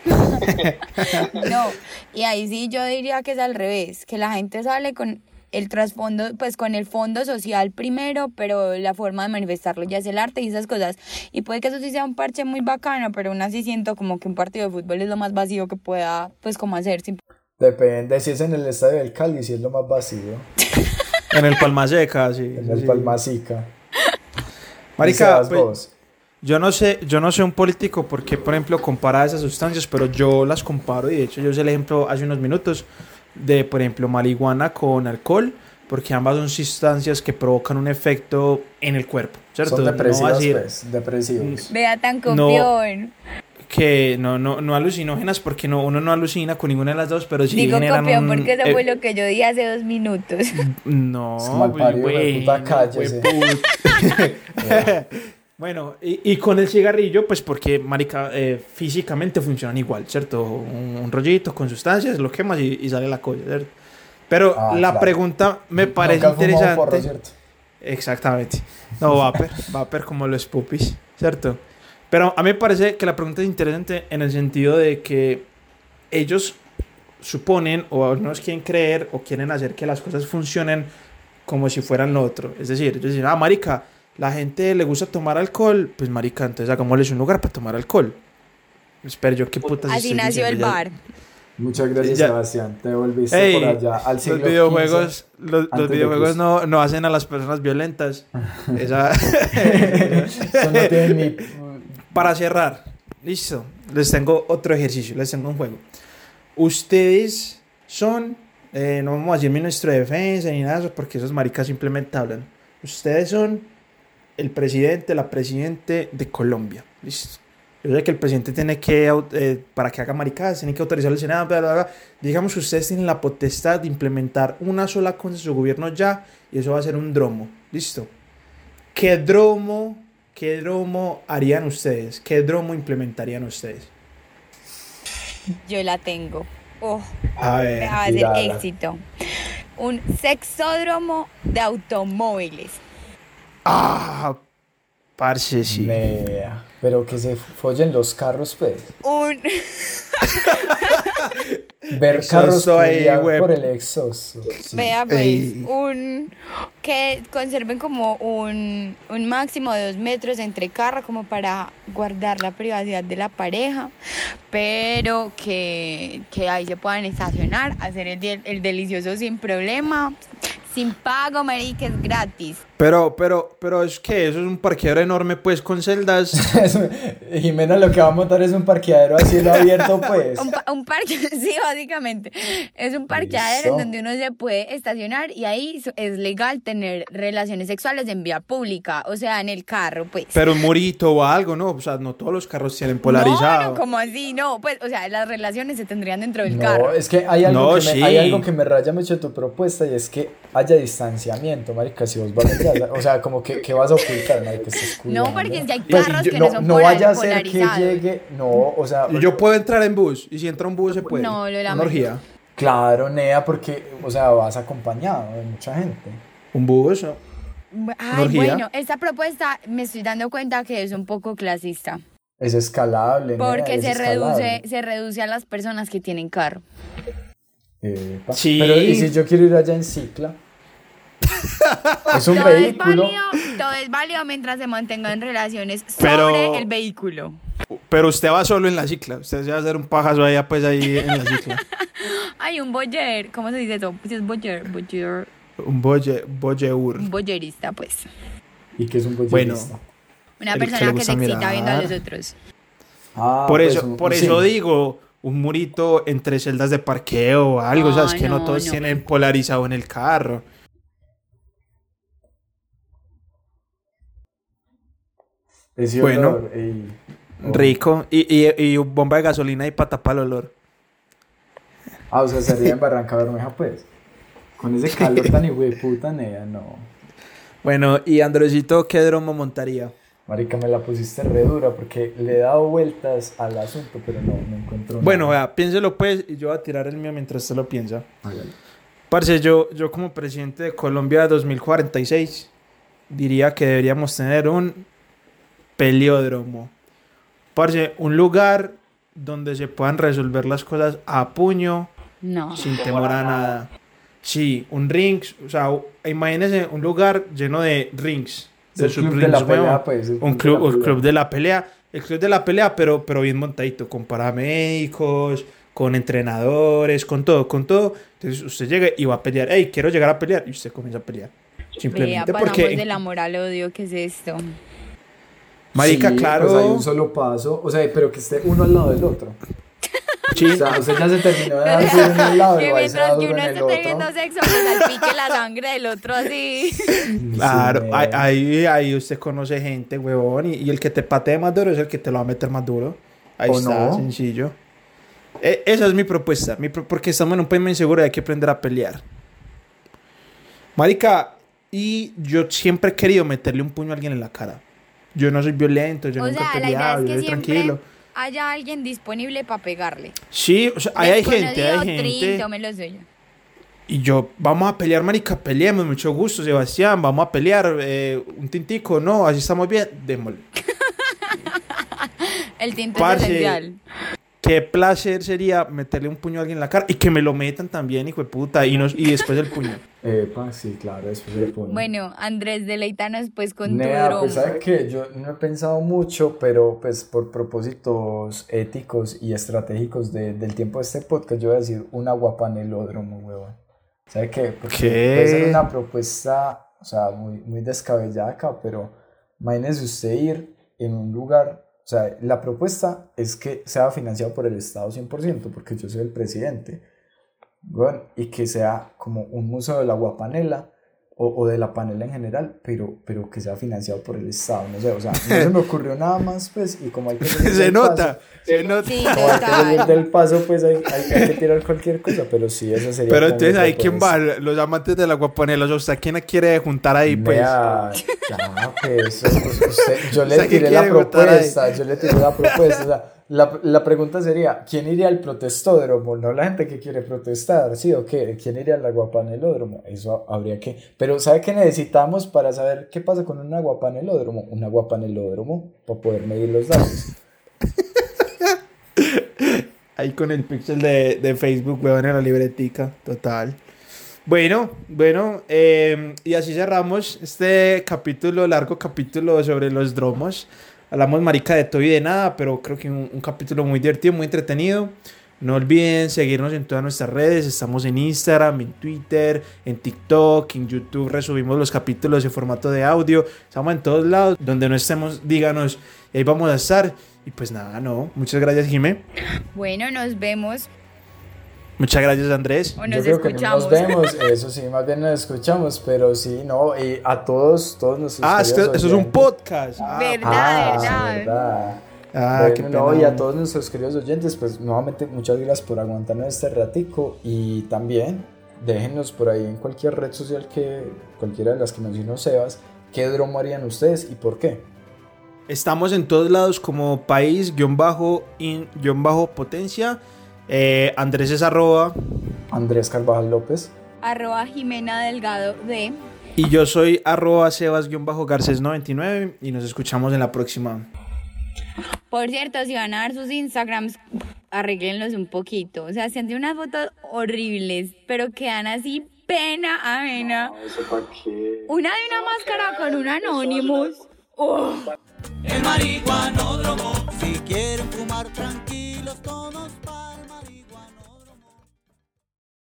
No, y ahí sí yo diría que es al revés, que la gente sale con el trasfondo, pues con el fondo social primero, pero la forma de manifestarlo ya es el arte y esas cosas. Y puede que eso sí sea un parche muy bacano, pero aún así siento como que un partido de fútbol es lo más vacío que pueda, pues como hacer. Sin... Depende si es en el estadio del Cali, si es lo más vacío. En el Palmaseca, sí. En el sí. Palmasica. Marica, Dice, pues, vos. yo no sé, yo no sé un político porque, por ejemplo, compara esas sustancias, pero yo las comparo y de hecho yo usé el ejemplo hace unos minutos de, por ejemplo, marihuana con alcohol, porque ambas son sustancias que provocan un efecto en el cuerpo, ¿cierto? Son No va a depresivas, decir pues, depresivos. Vea tan No. copión. que no, no, no alucinógenas porque no, uno no alucina con ninguna de las dos, pero sí Digo generan copión un, porque eso eh, fue lo que yo dije hace dos minutos. No, Es malparido, güey, hijo de puta, no, cállese. güey, Bueno, y, y con el cigarrillo, pues porque, marica, eh, físicamente funcionan igual, ¿cierto? Un, un rollito con sustancias, lo quemas y, y sale la cosa, ¿cierto? Pero Ah, la claro. pregunta me parece Nunca has fumado interesante. porro, ¿cierto? Exactamente. No, vapor, vapor como los pupis, ¿cierto? Pero a mí me parece que la pregunta es interesante en el sentido de que ellos suponen o nos quieren creer o quieren hacer que las cosas funcionen como si fueran lo otro. Es decir, ellos dicen, ah, marica, la gente le gusta tomar alcohol, pues marica, entonces hagámosles un lugar para tomar alcohol. Espera, yo qué putas Así estoy nació el diciendo ya? bar. Muchas gracias, Ya. Sebastián. Te volviste Ey, por allá al siglo los videojuegos, quince, los, antes los de videojuegos Cristo. no, no hacen a las personas violentas. Esa... Eso no tiene ni... Para cerrar, listo, les tengo otro ejercicio, les tengo un juego. Ustedes son, eh, no vamos a decir ministro de defensa ni nada de eso, porque esos maricas simplemente hablan. Ustedes son el presidente, la presidente de Colombia, listo. Yo sé que el presidente tiene que, eh, para que haga maricadas, tiene que autorizar el Senado, bla, bla, bla. Digamos que ustedes tienen la potestad de implementar una sola cosa en su gobierno ya, y eso va a ser un dromo, listo. ¿Qué dromo, qué dromo harían ustedes? ¿Qué dromo implementarían ustedes? Yo la tengo. Oh, A me ver, va a ser tírala. éxito. Un sexódromo de automóviles. ah, parce, sí. Nea, pero que se follen los carros, pues. Un... Ver Exhausto carros ahí, culiar güey. por el exhausto. Sí. Vea pues, Ey. un que conserven como un, un máximo de dos metros entre carro como para guardar la privacidad de la pareja, pero que, que ahí se puedan estacionar, hacer el, de- el delicioso sin problema, sin pago, marica, es gratis. Pero, pero, pero es que eso es un parqueadero enorme, pues, con celdas. Jimena lo que va a montar es un parqueadero a cielo abierto, pues. Un, pa- un parque, sí, básicamente. Es un parqueadero Listo. en donde uno se puede estacionar y ahí so- es legal tener relaciones sexuales en vía pública, o sea, en el carro, pues. Pero un murito o algo, ¿no? O sea, no todos los carros tienen polarizado. No, no, como así, no, pues, o sea, las relaciones se tendrían dentro del No, carro. es que hay algo, No, que, sí. me, hay algo que me raya mucho de tu propuesta y es que haya distanciamiento, marica, si vos vas allá, o sea, como que, que vas a ocultar, marica, estás cuidando. No, porque es que hay Pues, carros yo- que no, no son no polar- vaya a ser que polarizados. llegue, no, o sea, Y yo puedo entrar en bus, y si entra un bus se puede. No, lo Una lamento. orgía. claro, Nea, porque, o sea, vas acompañado de mucha gente. Un bus, ¿no? Ay, orgía. bueno, esta propuesta me estoy dando cuenta que es un poco clasista, Es escalable, Nea, porque es se escalable. reduce, se reduce a las personas que tienen carro. Epa. Sí. Pero, ¿y si yo quiero ir allá en cicla? Es un Todo es vehículo. válido, todo es válido mientras se mantengan relaciones Pero- sobre el vehículo. Pero usted va solo en la cicla. Usted se va a hacer un pajazo allá, pues, ahí en la cicla. Hay un boyer, ¿cómo se dice eso? Pues es boyer, boyer, Un boye, boyeur. un boyerista, pues. ¿Y que es un Bueno. boyerista? Una El que persona le que, gusta se excita mirar. viendo a los otros. Ah, Por pues eso, un- por sí. eso digo, un murito entre celdas de parqueo o algo, No, ¿sabes? Que no no, todos no. tienen polarizado en el carro. Ese Bueno. olor, ey. Oh. Rico. Y, y, y bomba de gasolina y para tapar el olor. Ah, o sea, sería en Barranca Bermeja, pues. Con ese calor tan hijueputa, Nea, no. Bueno, y Andresito, ¿qué dromo montaría? Marica, me la pusiste re dura porque le he dado vueltas al asunto, pero no, no encuentro Bueno, nada. vea, piénselo pues y yo voy a tirar el mío mientras usted lo piensa. Hágale. Parce, yo, yo como presidente de Colombia dos mil cuarenta y seis diría que deberíamos tener un peleódromo. Parce, un lugar donde se puedan resolver las cosas a puño, No. sin temor a nada. Sí, un rings, o sea, u- imagínese un lugar lleno de rings. Es el club de subrings, la pelea, huevón. pues. el Un de club, la un pelea. club de la pelea. El club de la pelea, pero, pero bien montadito, con paramédicos, con entrenadores, con todo, con todo. Entonces usted llega y va a pelear. Hey, quiero llegar a pelear. Y usted comienza a pelear. Vea, Simplemente pasamos porque. del amor al odio, ¿qué es esto? Marica, Sí, claro. Pues hay un solo paso, o sea, pero que esté uno al lado del otro. Sí. O sea, usted ya se terminó de dar duro en un lado Que y va y se da mientras que duro uno en el esté teniendo otro. sexo, le salpique la sangre del otro así. Claro, Sí, ahí, Nea. ahí, ahí usted conoce gente, huevón. Y, y el que te patee más duro es el que te lo va a meter más duro. Ahí ¿O está, no? sencillo. E- esa es mi propuesta. Mi pro- porque estamos en un país muy inseguro y hay que aprender a pelear. Marica, y yo siempre he querido meterle un puño a alguien en la cara. Yo no soy violento, yo O nunca sea, he la idea peleado, es yo que soy siempre tranquilo. haya alguien disponible para pegarle. Sí, o sea, ahí hay gente, hay Desconocido, trin, gente. tome lo suyo. Y yo, vamos a pelear, marica, peleemos, mucho gusto, Sebastián, vamos a pelear, eh, un tintico, no, así estamos bien, démosle. El tinto Parce. es esencial. qué placer sería meterle un puño a alguien en la cara y que me lo metan también, hijo de puta, y, nos, y después el puño. Epa, sí, claro, después el puño. Bueno, Andrés, deleítanos pues con Nea, tu dromo. pues sabe que yo no he pensado mucho, pero pues por propósitos éticos y estratégicos de, del tiempo de este podcast, yo voy a decir un aguapanelódromo, huevón. ¿Sabe qué? Porque ¿Qué? puede ser una propuesta, o sea, muy, muy descabellada acá, pero imagínese usted ir en un lugar, o sea, la propuesta es que sea financiado por el Estado cien por ciento, porque yo soy el presidente, bueno, y que sea como un museo de la aguapanela o, o de la panela en general, pero, pero que sea financiado por el Estado, no sé, o sea, no se me ocurrió nada más, pues, y como hay que salir Se del nota, paso, se nota. Sí, como hay que salir total. del paso, pues hay, hay, hay que tirar cualquier cosa, pero sí, eso sería Pero como entonces mi ahí quién va, propuesta. los amantes de la guapanela, o sea, ¿usted a quién quiere juntar ahí, pues? Vea, ya, pues, pues, usted- yo O le sea, ¿qué tiré la quiere votar ahí? propuesta, yo le tiré la propuesta, o sea, la, la pregunta sería, ¿quién iría al protestódromo? No la gente que quiere protestar, ¿sí o qué? ¿Quién iría al aguapanelódromo? Eso habría que, pero ¿sabe qué necesitamos para saber qué pasa con un aguapanelódromo? Un aguapanelódromo para poder medir los datos. Ahí con el pixel de, de Facebook, weón, en la libretica, total. Bueno, bueno, eh, y así cerramos este capítulo, largo capítulo sobre los dromos. Hablamos marica de todo y de nada, pero creo que un, un capítulo muy divertido, muy entretenido. No olviden seguirnos en todas nuestras redes. Estamos en Instagram, en Twitter, en TikTok, en YouTube. Resubimos los capítulos en formato de audio. Estamos en todos lados. Donde no estemos, díganos. Y ahí vamos a estar. Y pues nada, no. Muchas gracias, Jimé. Bueno, nos vemos Muchas gracias, Andrés. o Yo nos creo que no escuchamos. nos vemos, eso sí, más bien nos escuchamos, pero sí, no, y a todos, todos nuestros Ah, esto, queridos esto es un oyentes. podcast. Ah, Verdad, Ah, verdad. verdad. Ah, Bueno, qué pena. no, y a todos nuestros queridos oyentes, pues nuevamente muchas gracias por aguantarnos este ratico y también déjenos por ahí en cualquier red social que cualquiera de las que mencionó Sebas, qué dromo harían ustedes y por qué. Estamos en todos lados como país, guión bajo, in, guión bajo, potencia. Eh, Andrés es arroba. Andrés Carvajal López. Arroba Jimena Delgado de... Y yo soy arroba sebas guión bajo garces noventa y nueve. Y nos escuchamos en la próxima. Por cierto, si van a dar sus Instagrams, arréglenlos un poquito. O sea, se han de unas fotos horribles, pero quedan así pena ajena. Una de una máscara con un Anonymous. ¡Oh! El marihuanódromo, si quieren fumar tranquilo.